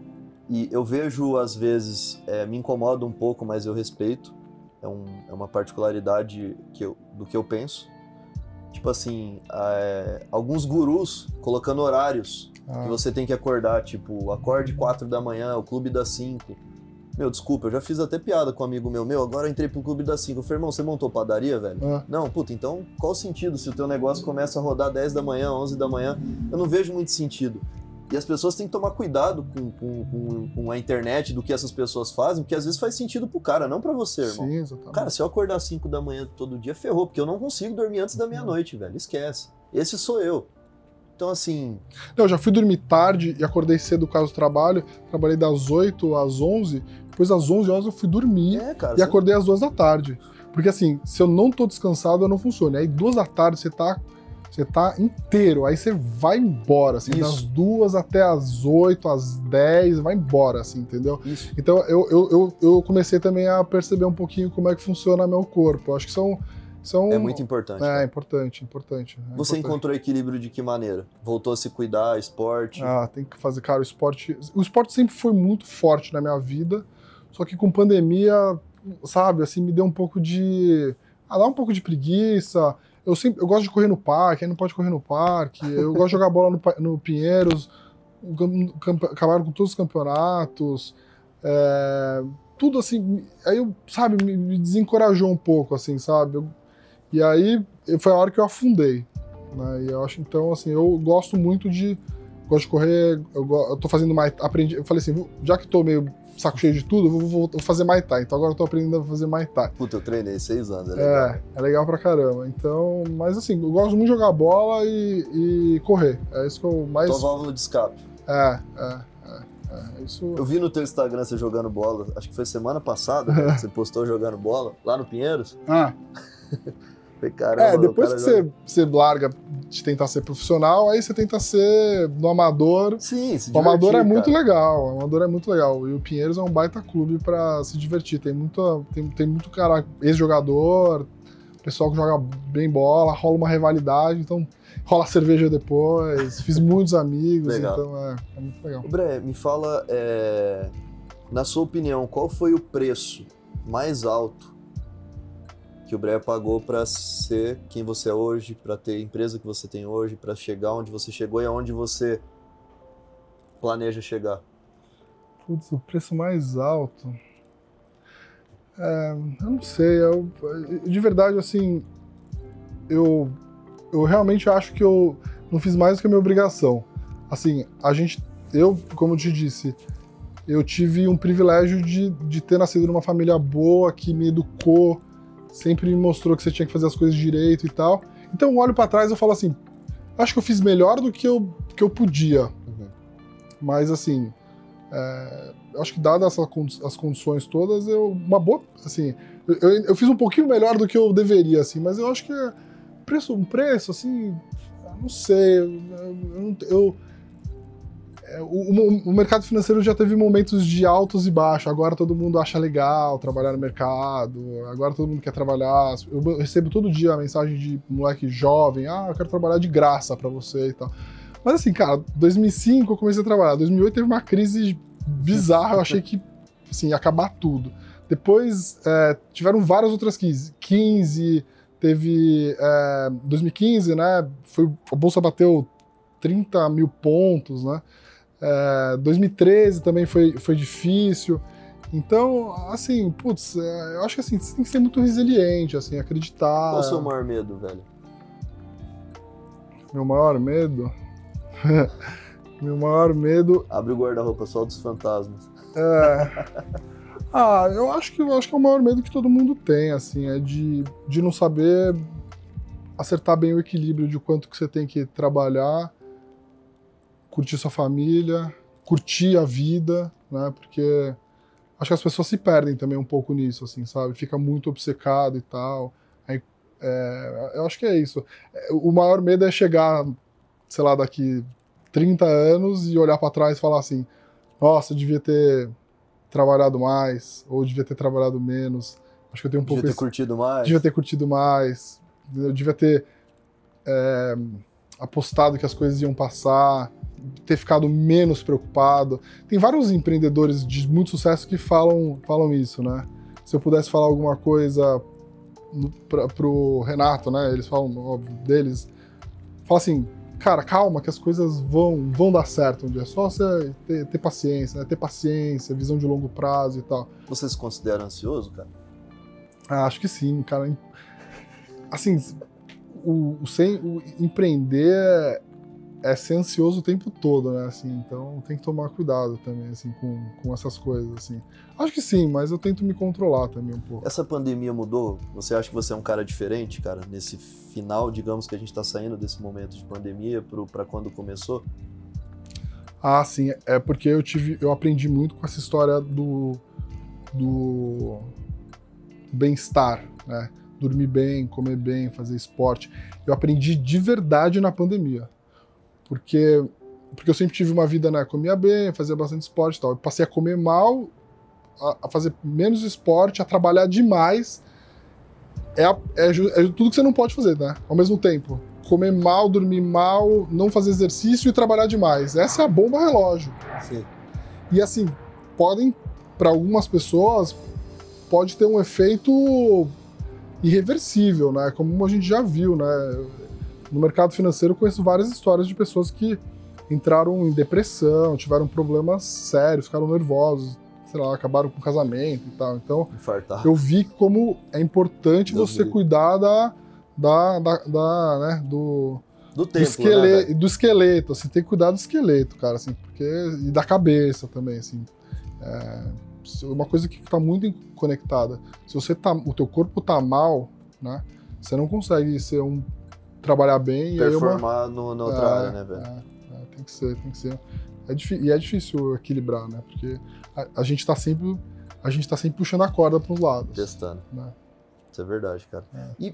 E eu vejo, às vezes, é, me incomoda um pouco, mas eu respeito. É, um, é uma particularidade que eu, do que eu penso. Tipo assim, é, alguns gurus colocando horários ah. que você tem que acordar, tipo, acorde quatro da manhã, o clube das cinco. Meu, desculpa, eu já fiz até piada com um amigo meu, meu, agora eu entrei pro clube das cinco. Eu falei, irmão, você montou padaria, velho? Ah. Não, puta, então qual o sentido se o teu negócio começa a rodar dez da manhã, onze da manhã? Eu não vejo muito sentido. E as pessoas têm que tomar cuidado com, com, com, com a internet, do que essas pessoas fazem, porque às vezes faz sentido pro cara, não pra você, irmão. Sim, exatamente. Cara, se eu acordar às cinco da manhã todo dia, ferrou, porque eu não consigo dormir antes da meia-noite, velho. Esquece. Esse sou eu. Então, assim... Não, eu já fui dormir tarde e acordei cedo por causa do trabalho. Trabalhei das oito às onze, depois às onze horas eu fui dormir é, cara, e você... acordei às duas da tarde. Porque assim, se eu não tô descansado, eu não funciono. Aí duas da tarde você tá... Você tá inteiro, aí você vai embora, assim, Isso. das duas até as oito, às dez, vai embora, assim, entendeu? Isso. Então eu, eu, eu, eu comecei também a perceber um pouquinho como é que funciona meu corpo. Eu acho que são... são é muito importante. É, cara. importante, importante. É Você importante. encontrou equilíbrio de que maneira? Voltou a se cuidar, esporte? Ah, tem que fazer, cara, o esporte... O esporte sempre foi muito forte na minha vida, só que com pandemia, sabe, assim, me deu um pouco de... Ah, dá um pouco de preguiça... Eu, sempre, eu gosto de correr no parque, aí não pode correr no parque. Eu gosto de jogar bola no, no Pinheiros. Acabaram com todos os campeonatos. É, tudo assim, aí eu, sabe, me, me desencorajou um pouco, assim, sabe? Eu, e aí foi a hora que eu afundei, né? E eu acho, então, assim, eu gosto muito de, gosto de correr, eu, eu tô fazendo mais, aprendi, eu falei assim, já que tô meio saco cheio de tudo, eu vou, vou, vou fazer Muay Thai, então agora eu tô aprendendo a fazer Muay Thai. Puta, eu treinei seis anos, é legal. É, é legal pra caramba, então, mas assim, eu gosto muito de jogar bola e, e correr, é isso que eu mais... Tua válvula de escape. É, é, é, é, isso... Eu vi no teu Instagram você jogando bola, acho que foi semana passada, né, que você postou jogando bola, lá no Pinheiros. Ah. Falei, caramba, É, depois que você, você larga de tentar ser profissional, aí você tenta ser no amador. Sim, se divertir, o amador é muito cara. legal, o amador é muito legal. E o Pinheiros é um baita clube pra se divertir. Tem, muita, tem, tem muito cara, ex-jogador, pessoal que joga bem bola, rola uma rivalidade, então rola cerveja depois. Fiz muitos amigos, Legal. Então é, é muito legal. Bré, me fala, é, na sua opinião, qual foi o preço mais alto que o Bré pagou para ser quem você é hoje, para ter a empresa que você tem hoje, para chegar onde você chegou e aonde você planeja chegar? Putz, o preço mais alto... É, eu não sei, eu, de verdade, assim, eu, eu realmente acho que eu não fiz mais do que a minha obrigação. Assim, a gente, eu, como eu te disse, eu tive um privilégio de, de ter nascido numa família boa, que me educou, sempre me mostrou que você tinha que fazer as coisas direito e tal. Então eu olho pra trás e eu falo assim, acho que eu fiz melhor do que eu, que eu podia. Uhum. Mas assim, é, eu acho que dadas essa, as condições todas, eu, uma boa, assim, eu, eu, eu fiz um pouquinho melhor do que eu deveria, assim, mas eu acho que é preço, um preço, assim, não sei, eu, eu, eu O, o mercado financeiro já teve momentos de altos e baixos. Agora todo mundo acha legal trabalhar no mercado. Agora todo mundo quer trabalhar. Eu recebo todo dia a mensagem de moleque jovem: ah, eu quero trabalhar de graça pra você e tal. Mas assim, cara, dois mil e cinco eu comecei a trabalhar. dois mil e oito teve uma crise bizarra. Eu achei que assim, ia acabar tudo. Depois é, tiveram várias outras crises. quinze, teve é, dois mil e quinze, né? Foi, a bolsa bateu trinta mil pontos, né? É, dois mil e treze também foi, foi difícil. Então, assim, putz, é, eu acho que assim, você tem que ser muito resiliente, assim, acreditar. Qual o seu maior medo, velho? Meu maior medo? Meu maior medo... Abre o guarda-roupa, só dos fantasmas. É... Ah, eu acho que, eu acho que é o maior medo que todo mundo tem, assim, é de, de não saber acertar bem o equilíbrio de quanto que você tem que trabalhar, curtir sua família, curtir a vida, né? Porque acho que as pessoas se perdem também um pouco nisso, assim, sabe? Fica muito obcecado e tal. Aí, é, eu acho que é isso. O maior medo é chegar, sei lá, daqui trinta anos e olhar para trás e falar assim: nossa, eu devia ter trabalhado mais, ou devia ter trabalhado menos. Acho que eu tenho um pouco... Devia ter esse... curtido mais. Devia ter curtido mais. Eu devia ter é, apostado que as coisas iam passar, ter ficado menos preocupado. Tem vários empreendedores de muito sucesso que falam, falam isso, né? Se eu pudesse falar alguma coisa para pro Renato, né? Eles falam, óbvio, deles. Fala assim, cara, calma que as coisas vão, vão dar certo um dia. É só você ter, ter paciência, né? Ter paciência, visão de longo prazo e tal. Você se considera ansioso, cara? Ah, acho que sim, cara. Assim, o, o, sem, o empreender é, é ser ansioso o tempo todo, né? Assim, então tem que tomar cuidado também, assim, com, com essas coisas, assim. Acho que sim, mas eu tento me controlar também um pouco. Essa pandemia mudou? Você acha que você é um cara diferente, cara? Nesse final, digamos que a gente tá saindo desse momento de pandemia para quando começou? Ah, sim. É porque eu tive, eu aprendi muito com essa história do, do bem-estar, né? Dormir bem, comer bem, fazer esporte. Eu aprendi de verdade na pandemia. Porque, porque eu sempre tive uma vida, né? Comia bem, fazia bastante esporte e tal. Eu passei a comer mal, a, a fazer menos esporte, a trabalhar demais. É, a, é, é tudo que você não pode fazer, né? Ao mesmo tempo. Comer mal, dormir mal, não fazer exercício e trabalhar demais. Essa é a bomba relógio. Sim. E assim, podem, para algumas pessoas, pode ter um efeito irreversível, né? Como a gente já viu, né? No mercado financeiro eu conheço várias histórias de pessoas que entraram em depressão, tiveram problemas sérios, ficaram nervosos, sei lá, acabaram com o casamento e tal. Então, Infartar. eu vi como é importante Deus você me cuidar da, da, da, da, né, do, Do do, tempo, esqueleto, né, do esqueleto, assim, tem que cuidar do esqueleto, cara, assim, porque, e da cabeça também, assim. É uma coisa que está muito conectada. Se você tá, o teu corpo tá mal, né, você não consegue ser um trabalhar bem performar e aí uma, no, na outra é, área, né, velho? É, é, tem que ser, tem que ser. É e é difícil equilibrar, né? Porque a, a gente tá sempre, a gente tá sempre puxando a corda para os lados. Testando. Né? Isso é verdade, cara. É. E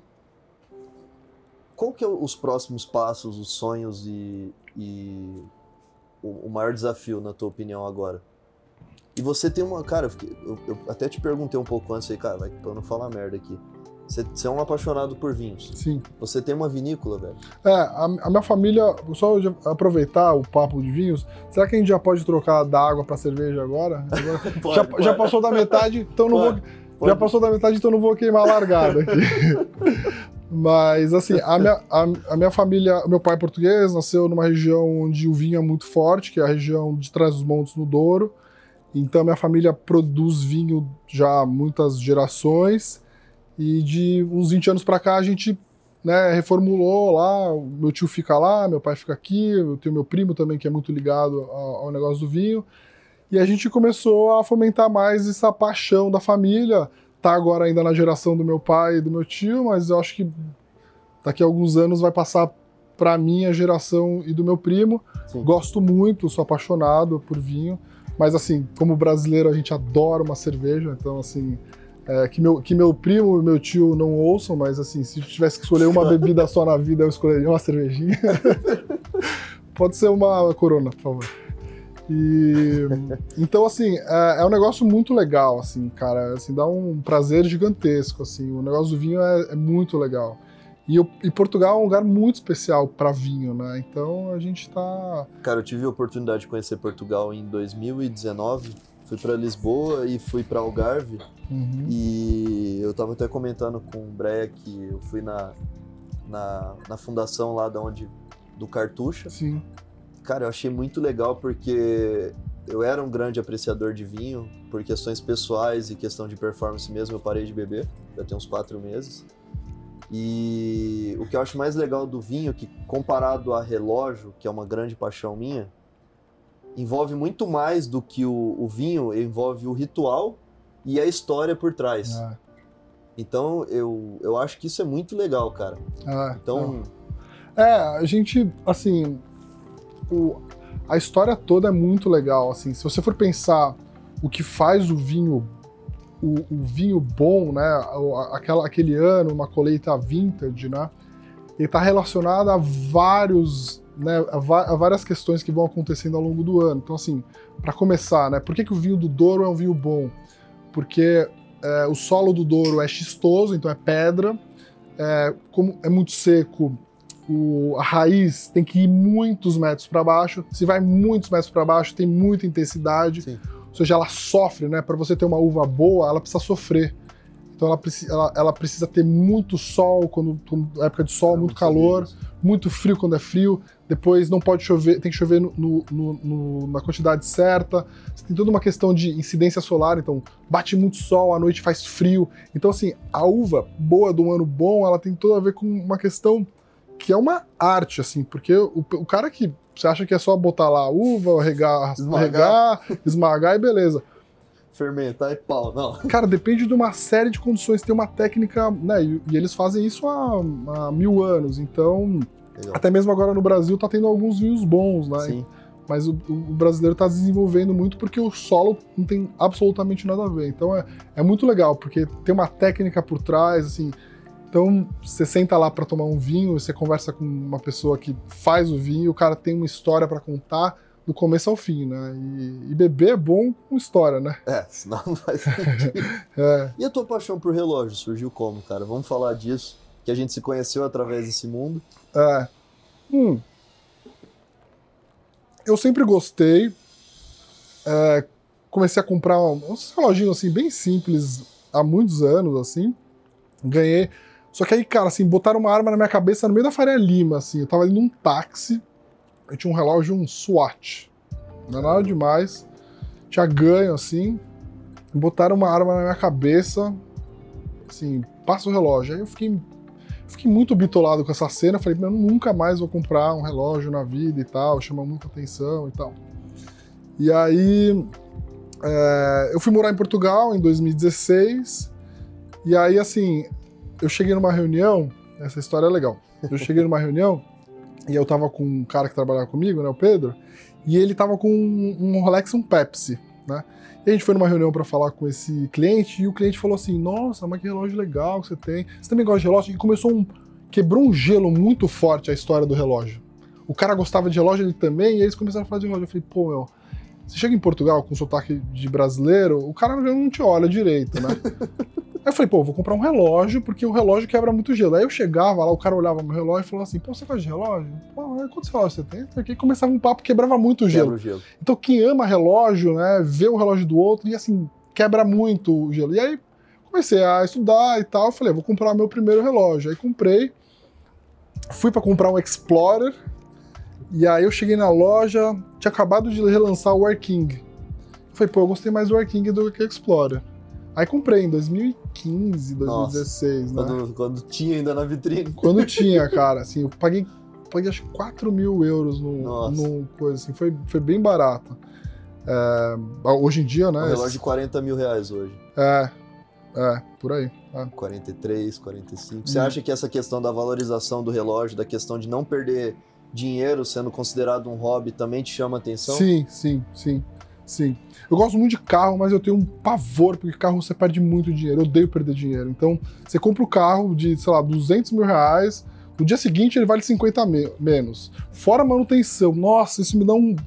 qual que é os próximos passos, os sonhos e, e o, o maior desafio, na tua opinião, agora? E você tem uma... Cara, eu, fiquei, eu, eu até te perguntei um pouco antes, aí, cara, vai pra eu não falar merda aqui. Você, você é um apaixonado por vinhos. Sim. Você tem uma vinícola, velho. É, a, a minha família, só aproveitar o papo de vinhos, será que a gente já pode trocar da água para cerveja agora? agora pode, já, pode. já passou da metade, então não Pode, vou. pode. Já passou da metade, então não vou queimar a largada aqui. Mas, assim, a minha, a, a minha família, meu pai é português, nasceu numa região onde o vinho é muito forte, que é a região de Trás-os-Montes, no Douro. Então, minha família produz vinho já há muitas gerações. E de uns vinte anos pra cá, a gente, né, reformulou lá. O meu tio fica lá, meu pai fica aqui. Eu tenho meu primo também, que é muito ligado ao, ao negócio do vinho. E a gente começou a fomentar mais essa paixão da família. Tá agora ainda na geração do meu pai e do meu tio, mas eu acho que daqui a alguns anos vai passar pra minha geração e do meu primo. Sim. Gosto muito, sou apaixonado por vinho. Mas, assim, como brasileiro, a gente adora uma cerveja. Então, assim, é, que, meu, que meu primo e meu tio não ouçam, mas, assim, se tivesse que escolher uma bebida só na vida, eu escolheria uma cervejinha. Pode ser uma Corona, por favor. E, então, assim, é, é um negócio muito legal, assim, cara. Assim, dá um prazer gigantesco, assim. O negócio do vinho é, é muito legal. E, eu, e Portugal é um lugar muito especial para vinho, né? Então a gente tá... Cara, eu tive a oportunidade de conhecer Portugal em dois mil e dezenove. Fui para Lisboa e fui para Algarve. Uhum. E eu tava até comentando com o Breia que eu fui na, na, na fundação lá da onde, do Cartucha. Sim. Cara, eu achei muito legal porque eu era um grande apreciador de vinho. Por questões pessoais e questão de performance mesmo, eu parei de beber. Já tem uns quatro meses. E o que eu acho mais legal do vinho, que comparado a relógio, que é uma grande paixão minha, envolve muito mais do que o, o vinho, envolve o ritual e a história por trás. Ah. Então eu, eu acho que isso é muito legal, cara. Ah, então... É, a gente, assim, o, a história toda é muito legal, assim, se você for pensar o que faz o vinho O, o vinho bom, né, aquela, aquele ano, uma colheita vintage, né, ele está relacionado a vários, né, a, a várias questões que vão acontecendo ao longo do ano. Então, assim, para começar, né, por que, que o vinho do Douro é um vinho bom? Porque é, o solo do Douro é xistoso, então é pedra, é, como é muito seco, o, a raiz tem que ir muitos metros para baixo. Se vai muitos metros para baixo, tem muita intensidade. Sim. Ou seja, ela sofre, né? Para você ter uma uva boa, ela precisa sofrer. Então ela, preci ela, ela precisa ter muito sol, quando, quando época de sol, Eu muito calor, isso. muito frio quando é frio. Depois não pode chover, tem que chover no, no, no, na quantidade certa. Você tem toda uma questão de incidência solar, então bate muito sol, à noite faz frio. Então, assim, a uva boa de um ano bom, ela tem tudo a ver com uma questão que é uma arte, assim, porque o, o cara que você acha que é só botar lá a uva, regar, Esmagar. regar, esmagar e beleza. Fermentar e pau, não. Cara, depende de uma série de condições. Tem uma técnica, né? E, e eles fazem isso há, há mil anos. Então, Legal. Até mesmo agora no Brasil tá tendo alguns vinhos bons, né? Sim. Mas o, o brasileiro tá desenvolvendo muito porque o solo não tem absolutamente nada a ver. Então é, é muito legal, porque tem uma técnica por trás, assim. Então, você senta lá para tomar um vinho, você conversa com uma pessoa que faz o vinho, o cara tem uma história para contar do começo ao fim, né? E, e beber é bom com história, né? É, senão não faz sentido. É. E a tua paixão por relógio surgiu como, cara? Vamos falar disso, que a gente se conheceu através desse mundo. É. Hum. Eu sempre gostei. É, comecei a comprar uns reloginhos assim, bem simples há muitos anos, assim. Ganhei. Só que aí, cara, assim, botaram uma arma na minha cabeça no meio da Faria Lima, assim. Eu tava indo num táxi, eu tinha um relógio, um Swatch. Não é nada demais. Tinha ganho, assim. botaram uma arma na minha cabeça, assim, passa o relógio. Aí eu fiquei, fiquei muito bitolado com essa cena, falei, eu nunca mais vou comprar um relógio na vida e tal, chama muita atenção e tal. E aí, é, eu fui morar em Portugal em dois mil e dezesseis, e aí, assim, eu cheguei numa reunião, essa história é legal, eu cheguei numa reunião, e eu tava com um cara que trabalhava comigo, né, o Pedro, e ele tava com um, um Rolex e um Pepsi, né? E a gente foi numa reunião para falar com esse cliente, e o cliente falou assim, nossa, mas que relógio legal que você tem, você também gosta de relógio? E começou um, quebrou um gelo muito forte a história do relógio. O cara gostava de relógio, ele também, e eles começaram a falar de relógio. Eu falei, pô, meu, você chega em Portugal com sotaque de brasileiro, o cara não te olha direito, né? Aí eu falei, pô, vou comprar um relógio, porque o relógio quebra muito gelo. Aí eu chegava lá, o cara olhava meu relógio e falava assim, pô, você gosta de relógio? Pô, quantos relógios você tem? Aqui começava um papo, quebrava muito o gelo. Quebra o gelo. Então quem ama relógio, né, vê o relógio do outro e assim, quebra muito o gelo. E aí comecei a estudar e tal, eu falei, vou comprar meu primeiro relógio. Aí comprei, fui pra comprar um Explorer, e aí eu cheguei na loja, tinha acabado de relançar o Air King. Eu falei, pô, eu gostei mais do Air King do que o Explorer. Aí comprei em dois mil e quinze, dois mil e dezesseis, Nossa, né? Quando, quando tinha ainda na vitrine. Quando tinha, cara, assim, eu paguei, paguei acho que quatro mil euros no, no coisa, assim, foi, foi bem barato. É, hoje em dia, né? Um relógio de quarenta mil reais hoje. É, é, por aí. É. quarenta e três, quarenta e cinco. Você hum. acha que essa questão da valorização do relógio, da questão de não perder dinheiro sendo considerado um hobby, também te chama a atenção? Sim, sim, sim. Sim. Eu gosto muito de carro, mas eu tenho um pavor, porque carro você perde muito dinheiro. Eu odeio perder dinheiro. Então, você compra o carro de, sei lá, duzentos mil reais, no dia seguinte ele vale cinquenta me menos. Fora a manutenção. Nossa, isso me dá um...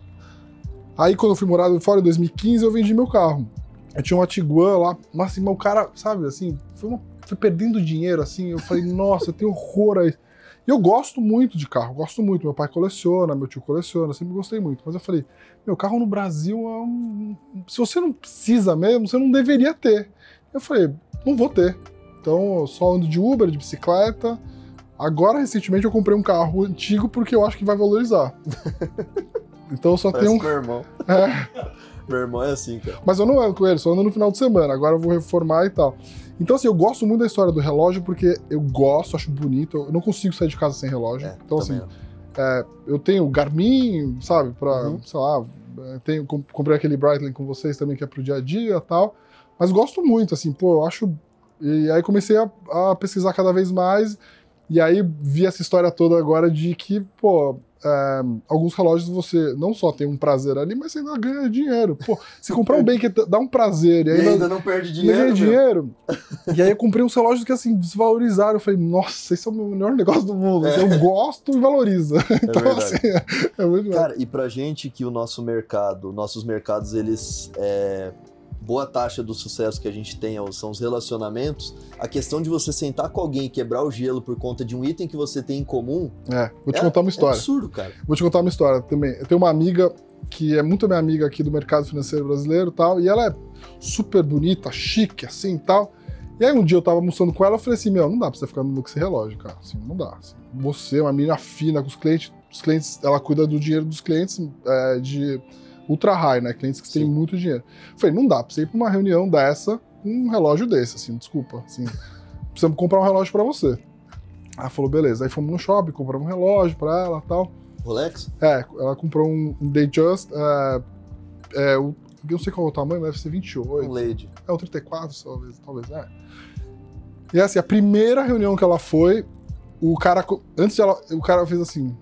Aí, quando eu fui morar fora em dois mil e quinze, eu vendi meu carro. Eu tinha uma Tiguan lá, mas assim, meu cara, sabe, assim, foi, uma... foi perdendo dinheiro, assim. Eu falei, nossa, eu tenho horror a isso. E eu gosto muito de carro, gosto muito. Meu pai coleciona, meu tio coleciona, sempre gostei muito. Mas eu falei, meu, carro no Brasil é um... Se você não precisa mesmo, você não deveria ter. Eu falei, não vou ter. Então eu só ando de Uber, de bicicleta. Agora, recentemente, eu comprei um carro antigo porque eu acho que vai valorizar. Então eu só Parece tenho um... meu irmão. É. Meu irmão é assim, cara. Mas eu não ando com ele, só ando no final de semana. Agora eu vou reformar e tal. Então, assim, eu gosto muito da história do relógio porque eu gosto, acho bonito. Eu não consigo sair de casa sem relógio. É, então, assim, é, eu tenho Garmin, sabe, pra, uhum. sei lá, tenho, comprei aquele Breitling com vocês também, que é pro dia a dia e tal. Mas gosto muito, assim, pô, eu acho... E aí comecei a, a pesquisar cada vez mais. E aí vi essa história toda agora de que, pô... É, alguns relógios você não só tem um prazer ali, mas você ainda ganha dinheiro. Pô, se comprar um bem que dá um prazer e, e ainda, ainda não perde dinheiro. Ganha dinheiro. E aí eu comprei uns relógios que assim desvalorizaram. Eu falei, nossa, esse é o melhor negócio do mundo. É. Eu gosto e valoriza. É então, verdade. Assim, é, é muito Cara, e pra gente que o nosso mercado, nossos mercados, eles. É... boa taxa do sucesso que a gente tem são os relacionamentos, a questão de você sentar com alguém e quebrar o gelo por conta de um item que você tem em comum... É, vou te é, contar uma história. É absurdo, cara. Vou te contar uma história também. Eu tenho uma amiga que é muito minha amiga aqui do mercado financeiro brasileiro e tal, e ela é super bonita, chique, assim e tal. E aí um dia eu tava almoçando com ela, eu falei assim, meu, não dá pra você ficar no com esse relógio, cara. Assim, não dá. Assim, você é uma menina fina com os clientes, os clientes, ela cuida do dinheiro dos clientes é, de... ultra high, né? Clientes que Sim. têm muito dinheiro. Eu falei, não dá pra você ir pra uma reunião dessa com um relógio desse, assim, desculpa. Assim, precisamos comprar um relógio pra você. Ela falou, beleza. Aí fomos no shopping, compramos um relógio pra ela e tal. Rolex? É, ela comprou um, um Datejust. É, é, eu não sei qual é o tamanho, deve ser vinte e oito. Um Lady. É, um trinta e quatro, talvez, talvez, é. E assim, a primeira reunião que ela foi, o cara, antes de ela, o cara fez assim...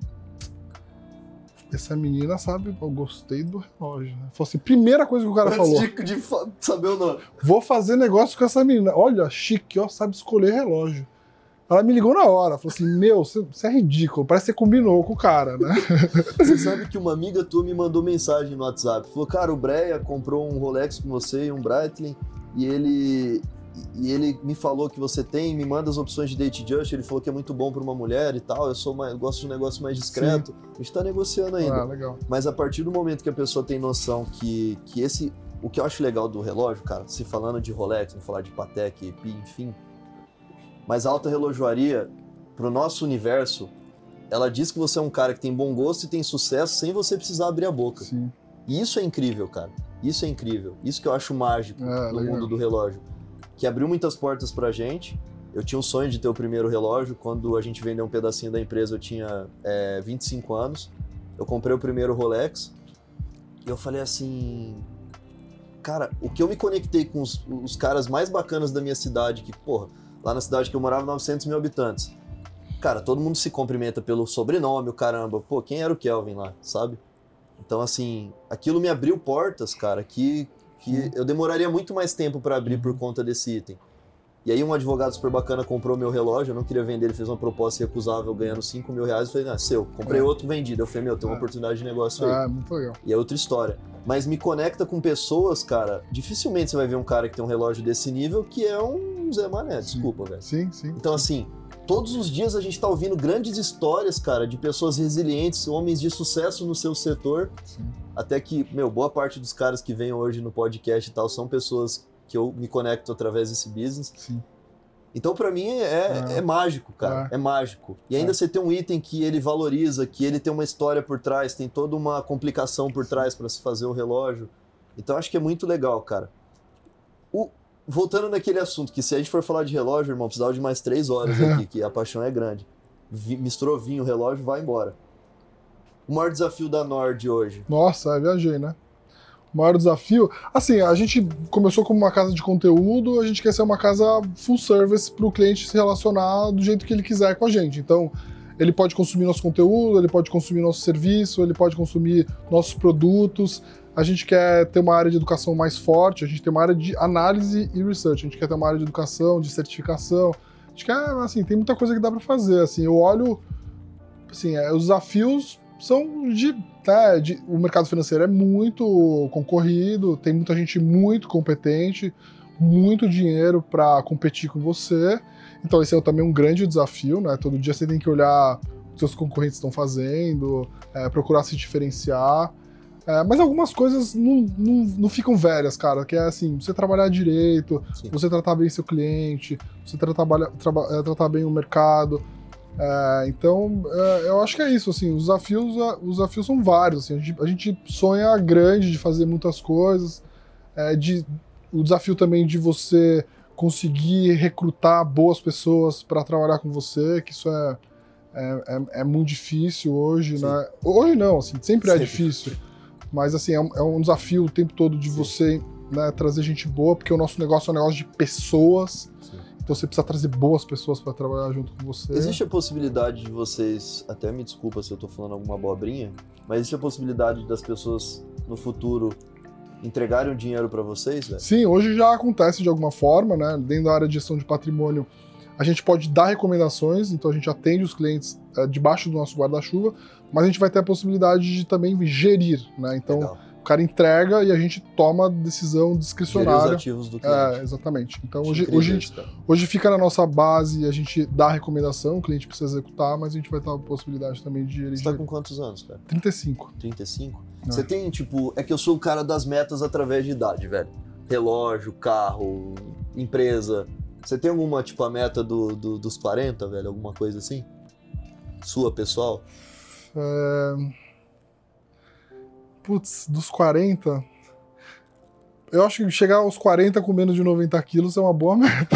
Essa menina, sabe, eu gostei do relógio, né? Falou assim, primeira coisa que o cara Antes falou. De, de saber o nome. Vou fazer negócio com essa menina. Olha, chique, ó, sabe escolher relógio. Ela me ligou na hora, falou assim, meu, você é ridículo, parece que você combinou com o cara, né? Você sabe que uma amiga tua me mandou mensagem no WhatsApp, falou, cara, o Breia comprou um Rolex com você e um Breitling, e ele... E ele me falou que você tem, me manda as opções de Datejust, ele falou que é muito bom para uma mulher e tal, eu sou mais, eu gosto de um negócio mais discreto. Sim. A gente tá negociando ainda. Ah, legal. Mas a partir do momento que a pessoa tem noção que, que esse... O que eu acho legal do relógio, cara, se falando de Rolex, não falar de Patek, E P I, enfim, mas a alta relojoaria, pro nosso universo, ela diz que você é um cara que tem bom gosto e tem sucesso sem você precisar abrir a boca. Sim. E isso é incrível, cara. Isso é incrível. Isso que eu acho mágico É, no legal. mundo do relógio. Que abriu muitas portas pra gente. Eu tinha um sonho de ter o primeiro relógio. Quando a gente vendeu um pedacinho da empresa, eu tinha é, vinte e cinco anos. Eu comprei o primeiro Rolex. E eu falei assim... Cara, o que eu me conectei com os, os caras mais bacanas da minha cidade, que, porra, lá na cidade que eu morava, novecentos mil habitantes. Cara, todo mundo se cumprimenta pelo sobrenome, o caramba. Pô, quem era o Kelvin lá, sabe? Então, assim, aquilo me abriu portas, cara, que, que eu demoraria muito mais tempo pra abrir por conta desse item. E aí um advogado super bacana comprou meu relógio, eu não queria vender, ele fez uma proposta recusável ganhando cinco mil reais, eu falei, ah, seu, comprei É. outro vendido. Eu falei, meu, tem uma É. oportunidade de negócio aí. É, muito legal. E é outra história. Mas me conecta com pessoas, cara, dificilmente você vai ver um cara que tem um relógio desse nível que é um Zé Mané, desculpa, velho. Sim, sim. Então, assim, todos os dias a gente tá ouvindo grandes histórias, cara, de pessoas resilientes, homens de sucesso no seu setor, Sim. até que, meu, boa parte dos caras que vêm hoje no podcast e tal são pessoas que eu me conecto através desse business. Sim. Então, pra mim, é, é. é mágico, cara. É. é mágico. E ainda é. você tem um item que ele valoriza, que ele tem uma história por trás, tem toda uma complicação por trás para se fazer o relógio. Então, acho que é muito legal, cara. O... Voltando naquele assunto, que se a gente for falar de relógio, irmão, precisava de mais três horas aqui, que a paixão é grande. Vi... Misturou vinho, relógio, vai embora. O maior desafio da Nord hoje? Nossa, eu viajei, né? O maior desafio... Assim, a gente começou como uma casa de conteúdo, a gente quer ser uma casa full service para o cliente se relacionar do jeito que ele quiser com a gente. Então, ele pode consumir nosso conteúdo, ele pode consumir nosso serviço, ele pode consumir nossos produtos. A gente quer ter uma área de educação mais forte, a gente tem uma área de análise e research, a gente quer ter uma área de educação, de certificação. A gente quer, assim, tem muita coisa que dá para fazer. Assim, eu olho... Assim, é, os desafios são de... É, de, o mercado financeiro é muito concorrido, tem muita gente muito competente, muito dinheiro para competir com você. Então esse é também um grande desafio, né? Todo dia você tem que olhar o que seus concorrentes estão fazendo, é, procurar se diferenciar. É, mas algumas coisas não, não, não ficam velhas, cara, que é assim, você trabalhar direito, Sim. você tratar bem seu cliente, você tratar, traba, tratar bem o mercado. É, então, é, eu acho que é isso, assim, os desafios, os desafios são vários, assim, a, gente, a gente sonha grande de fazer muitas coisas, é, de, o desafio também de você conseguir recrutar boas pessoas para trabalhar com você, que isso é, é, é, é muito difícil hoje, Sim. né? Hoje não, assim, sempre, sempre. é difícil, mas assim, é um, é um desafio o tempo todo de Sim. você, né, trazer gente boa, porque o nosso negócio é um negócio de pessoas. Sim. Então você precisa trazer boas pessoas para trabalhar junto com você. Existe a possibilidade de vocês, até me desculpa se eu tô falando alguma abobrinha, mas existe a possibilidade das pessoas no futuro entregarem o dinheiro para vocês, velho? Sim, hoje já acontece de alguma forma, né? Dentro da área de gestão de patrimônio, a gente pode dar recomendações, então a gente atende os clientes é, debaixo do nosso guarda-chuva, mas a gente vai ter a possibilidade de também gerir, né? Então Legal. O cara entrega e a gente toma a decisão discricionária. Gerir os ativos do cliente. É, exatamente. Então hoje, hoje, gente, hoje fica na nossa base, a gente dá a recomendação, o cliente precisa executar, mas a gente vai ter a possibilidade também de gerir. Você tá com quantos anos, cara? trinta e cinco. trinta e cinco? É. Você tem, tipo, é que eu sou o cara das metas através de idade, velho. Relógio, carro, empresa. Você tem alguma, tipo, a meta do, do, dos quarenta, velho? Alguma coisa assim? Sua, pessoal? É... Putz, dos quarenta... Eu acho que chegar aos quarenta com menos de noventa quilos é uma boa meta.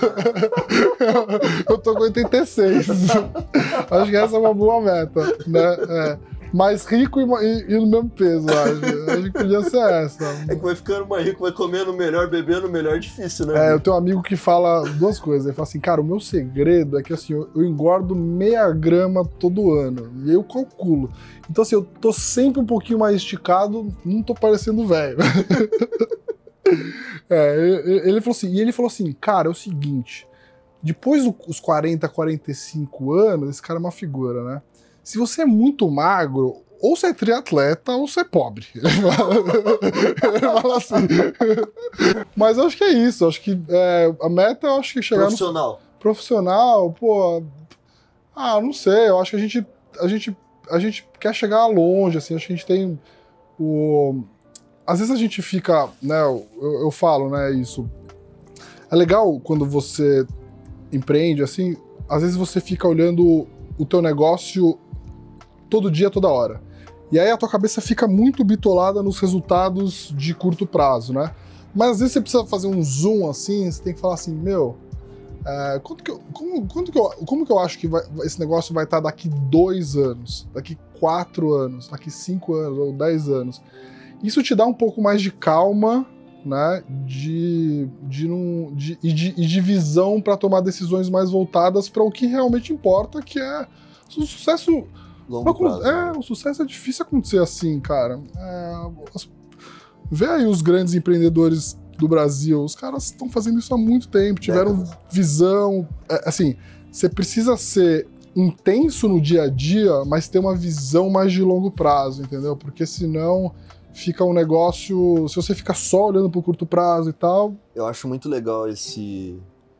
Eu tô com oitenta e seis. Acho que essa é uma boa meta, né? É. Mais rico e, e, e no mesmo peso, acho. Acho que podia ser essa. É que vai ficando mais rico, vai comendo melhor, bebendo melhor, difícil, né? É, eu tenho um amigo que fala duas coisas. Ele fala assim, cara, o meu segredo é que assim, eu, eu engordo meia grama todo ano. E eu calculo. Então assim, eu tô sempre um pouquinho mais esticado, não tô parecendo velho. É, ele falou assim, e ele falou assim, cara, é o seguinte, depois dos quarenta, quarenta e cinco anos, esse cara é uma figura, né? Se você é muito magro, ou você é triatleta ou você é pobre. Ele fala, ele fala assim. Mas eu acho que é isso. Eu acho que é, a meta eu acho que chegar profissional. No... Profissional, pô. Ah, não sei. Eu acho que a gente, a gente, a gente quer chegar longe, assim. Acho que a gente tem o. Às vezes a gente fica, né? Eu, eu falo, né? Isso. É legal quando você empreende, assim. Às vezes você fica olhando o teu negócio todo dia, toda hora. E aí a tua cabeça fica muito bitolada nos resultados de curto prazo, né? Mas às vezes você precisa fazer um zoom assim, você tem que falar assim, meu, é, quanto que eu, como, quanto que eu, como que eu acho que vai, esse negócio vai estar daqui dois anos, daqui quatro anos, daqui cinco anos ou dez anos? Isso te dá um pouco mais de calma, né, de, de, não, de, e, de, e de visão para tomar decisões mais voltadas para o que realmente importa, que é o sucesso. Longo prazo, é, né? o sucesso é difícil acontecer assim, cara. É, as, vê aí os grandes empreendedores do Brasil, os caras estão fazendo isso há muito tempo, tiveram Décadas. visão. É, assim, você precisa ser intenso no dia a dia, mas ter uma visão mais de longo prazo, entendeu? Porque senão fica um negócio. Se você fica só olhando pro curto prazo e tal. Eu acho muito legal esse.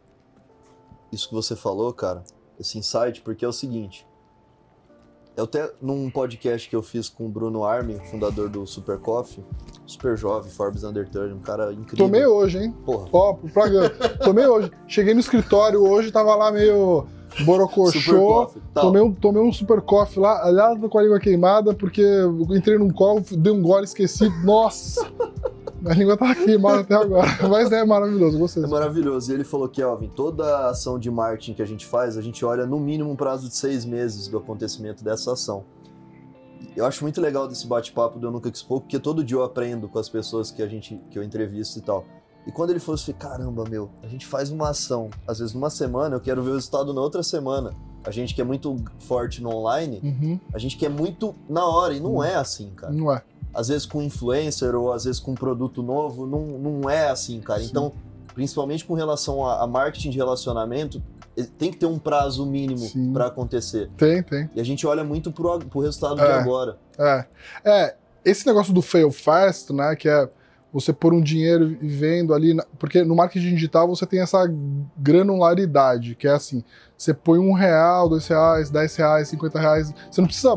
Isso que você falou, cara, esse insight, porque é o seguinte. Eu até, num podcast que eu fiz com o Bruno Armin, fundador do Super Coffee, super jovem, Forbes Under trinta, um cara incrível. Tomei hoje, hein? Porra. Ó, pra... Tomei hoje. Cheguei no escritório hoje, tava lá meio borocochô. Tomei um, tomei um super coffee lá, aliás, com a língua queimada, porque eu entrei num call, dei um gole, esqueci. Nossa! A língua tava queimada até agora. Mas é maravilhoso, gostei. É maravilhoso. E ele falou que, Elvin, toda ação de marketing que a gente faz, a gente olha no mínimo um prazo de seis meses do acontecimento dessa ação. Eu acho muito legal desse bate-papo do Eu Nunca Expo, porque todo dia eu aprendo com as pessoas que, a gente, que eu entrevisto e tal. E quando ele falou assim, caramba, meu, a gente faz uma ação, às vezes numa semana, eu quero ver o resultado na outra semana. A gente que é muito forte no online, uhum. a gente quer muito na hora, e não uhum. é assim, cara. Não é. Às vezes com influencer ou às vezes com um produto novo, não, não é assim, cara. Sim. Então, principalmente com relação a, a marketing de relacionamento, tem que ter um prazo mínimo para acontecer. Tem, tem. E a gente olha muito pro, pro resultado é, de agora. É. É, esse negócio do fail fast, né, que é você pôr um dinheiro e vendo ali, porque no marketing digital você tem essa granularidade, que é assim, você põe um real, dois reais, dez reais, cinquenta reais, você não precisa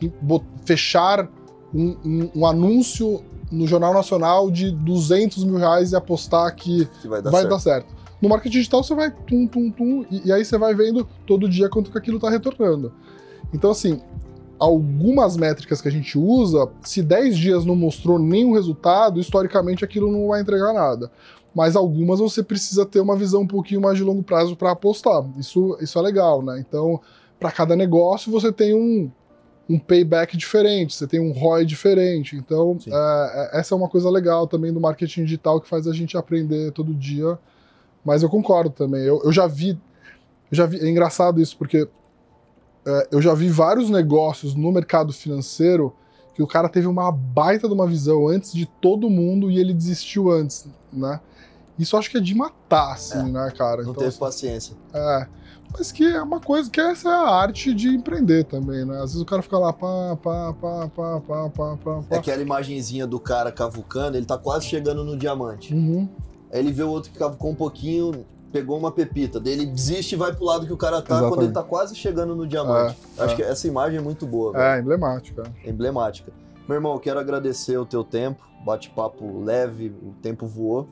fechar Um, um, um anúncio no Jornal Nacional de duzentos mil reais e apostar que, que vai, dar, vai certo. dar certo. No marketing digital você vai tum, tum, tum, e, e aí você vai vendo todo dia quanto que aquilo está retornando. Então, assim, algumas métricas que a gente usa, se dez dias não mostrou nenhum resultado, historicamente aquilo não vai entregar nada. Mas algumas você precisa ter uma visão um pouquinho mais de longo prazo para apostar. Isso, isso é legal, né? Então, para cada negócio você tem um um payback diferente, você tem um R O I diferente. Então, é, essa é uma coisa legal também do marketing digital que faz a gente aprender todo dia. Mas eu concordo também. Eu, eu já vi, eu já vi. É engraçado isso, porque é, eu já vi vários negócios no mercado financeiro que o cara teve uma baita de uma visão antes de todo mundo e ele desistiu antes, né? Isso eu acho que é de matar, assim, é, né, cara? Não então, teve assim, paciência. É. Mas que é uma coisa, que essa é a arte de empreender também, né? Às vezes o cara fica lá, pá, pá, pá, pá, pá, pá, pá. É aquela imagenzinha do cara cavucando, ele tá quase chegando no diamante. Uhum. Aí ele vê o outro que cavucou um pouquinho, pegou uma pepita, daí ele desiste e vai pro lado que o cara tá, exatamente, quando ele tá quase chegando no diamante. É, Acho é. que essa imagem é muito boa, velho. É, emblemática. É emblemática. Meu irmão, eu quero agradecer o teu tempo, bate-papo leve, o tempo voou.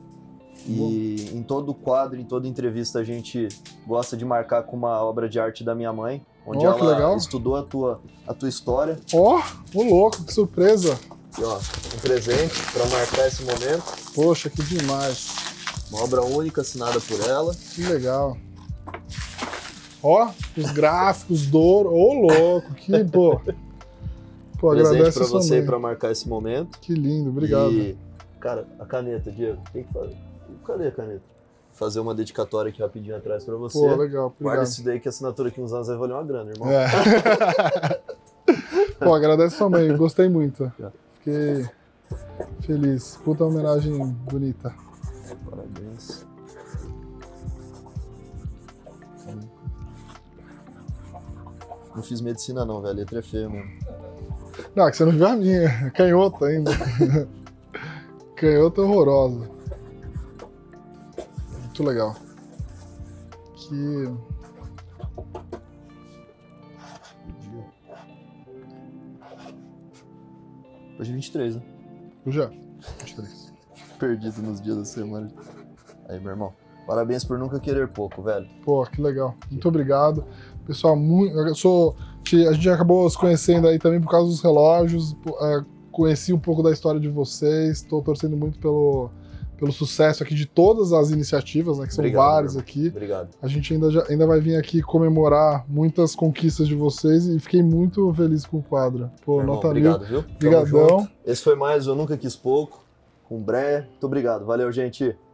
E em todo quadro, em toda entrevista, a gente gosta de marcar com uma obra de arte da minha mãe, onde oh, ela legal. estudou a tua, a tua história. Ó, oh, ô louco, que surpresa! E ó, um presente para marcar esse momento. Poxa, que demais! Uma obra única assinada por ela. Que legal! Ó, os gráficos do ouro, ô louco, que pô! Pô, presente para você para marcar esse momento. Que lindo, obrigado. E, cara, a caneta, Diego, tem que fazer. Cadê a caneta? Fazer uma dedicatória aqui rapidinho atrás pra você. Pô, legal, obrigado. Guarda isso daí que a assinatura aqui uns anos vai valer uma grana, irmão. É. Pô, agradece sua mãe, gostei muito. Fiquei feliz. Puta homenagem bonita. Parabéns. Não fiz medicina não, velho. A letra é feia mesmo. Não, que você não viu a minha. Canhota ainda. Canhota horrorosa. Muito legal. Que... Hoje é vinte e três, né? Hoje é vinte e três. Perdido nos dias da semana. Aí, meu irmão. Parabéns por nunca querer pouco, velho. Pô, que legal. Muito obrigado. Pessoal, muito, eu sou, a gente acabou se conhecendo aí também por causa dos relógios, é, conheci um pouco da história de vocês, estou torcendo muito pelo, pelo sucesso aqui de todas as iniciativas, né, que são Obrigado, várias aqui. Obrigado. A gente ainda, já, ainda vai vir aqui comemorar muitas conquistas de vocês e fiquei muito feliz com o quadro. Pô, Irmão, nota obrigado, mil. viu? Obrigadão. Esse foi mais Eu Nunca Quis Pouco, com o Bré. Muito obrigado. Valeu, gente.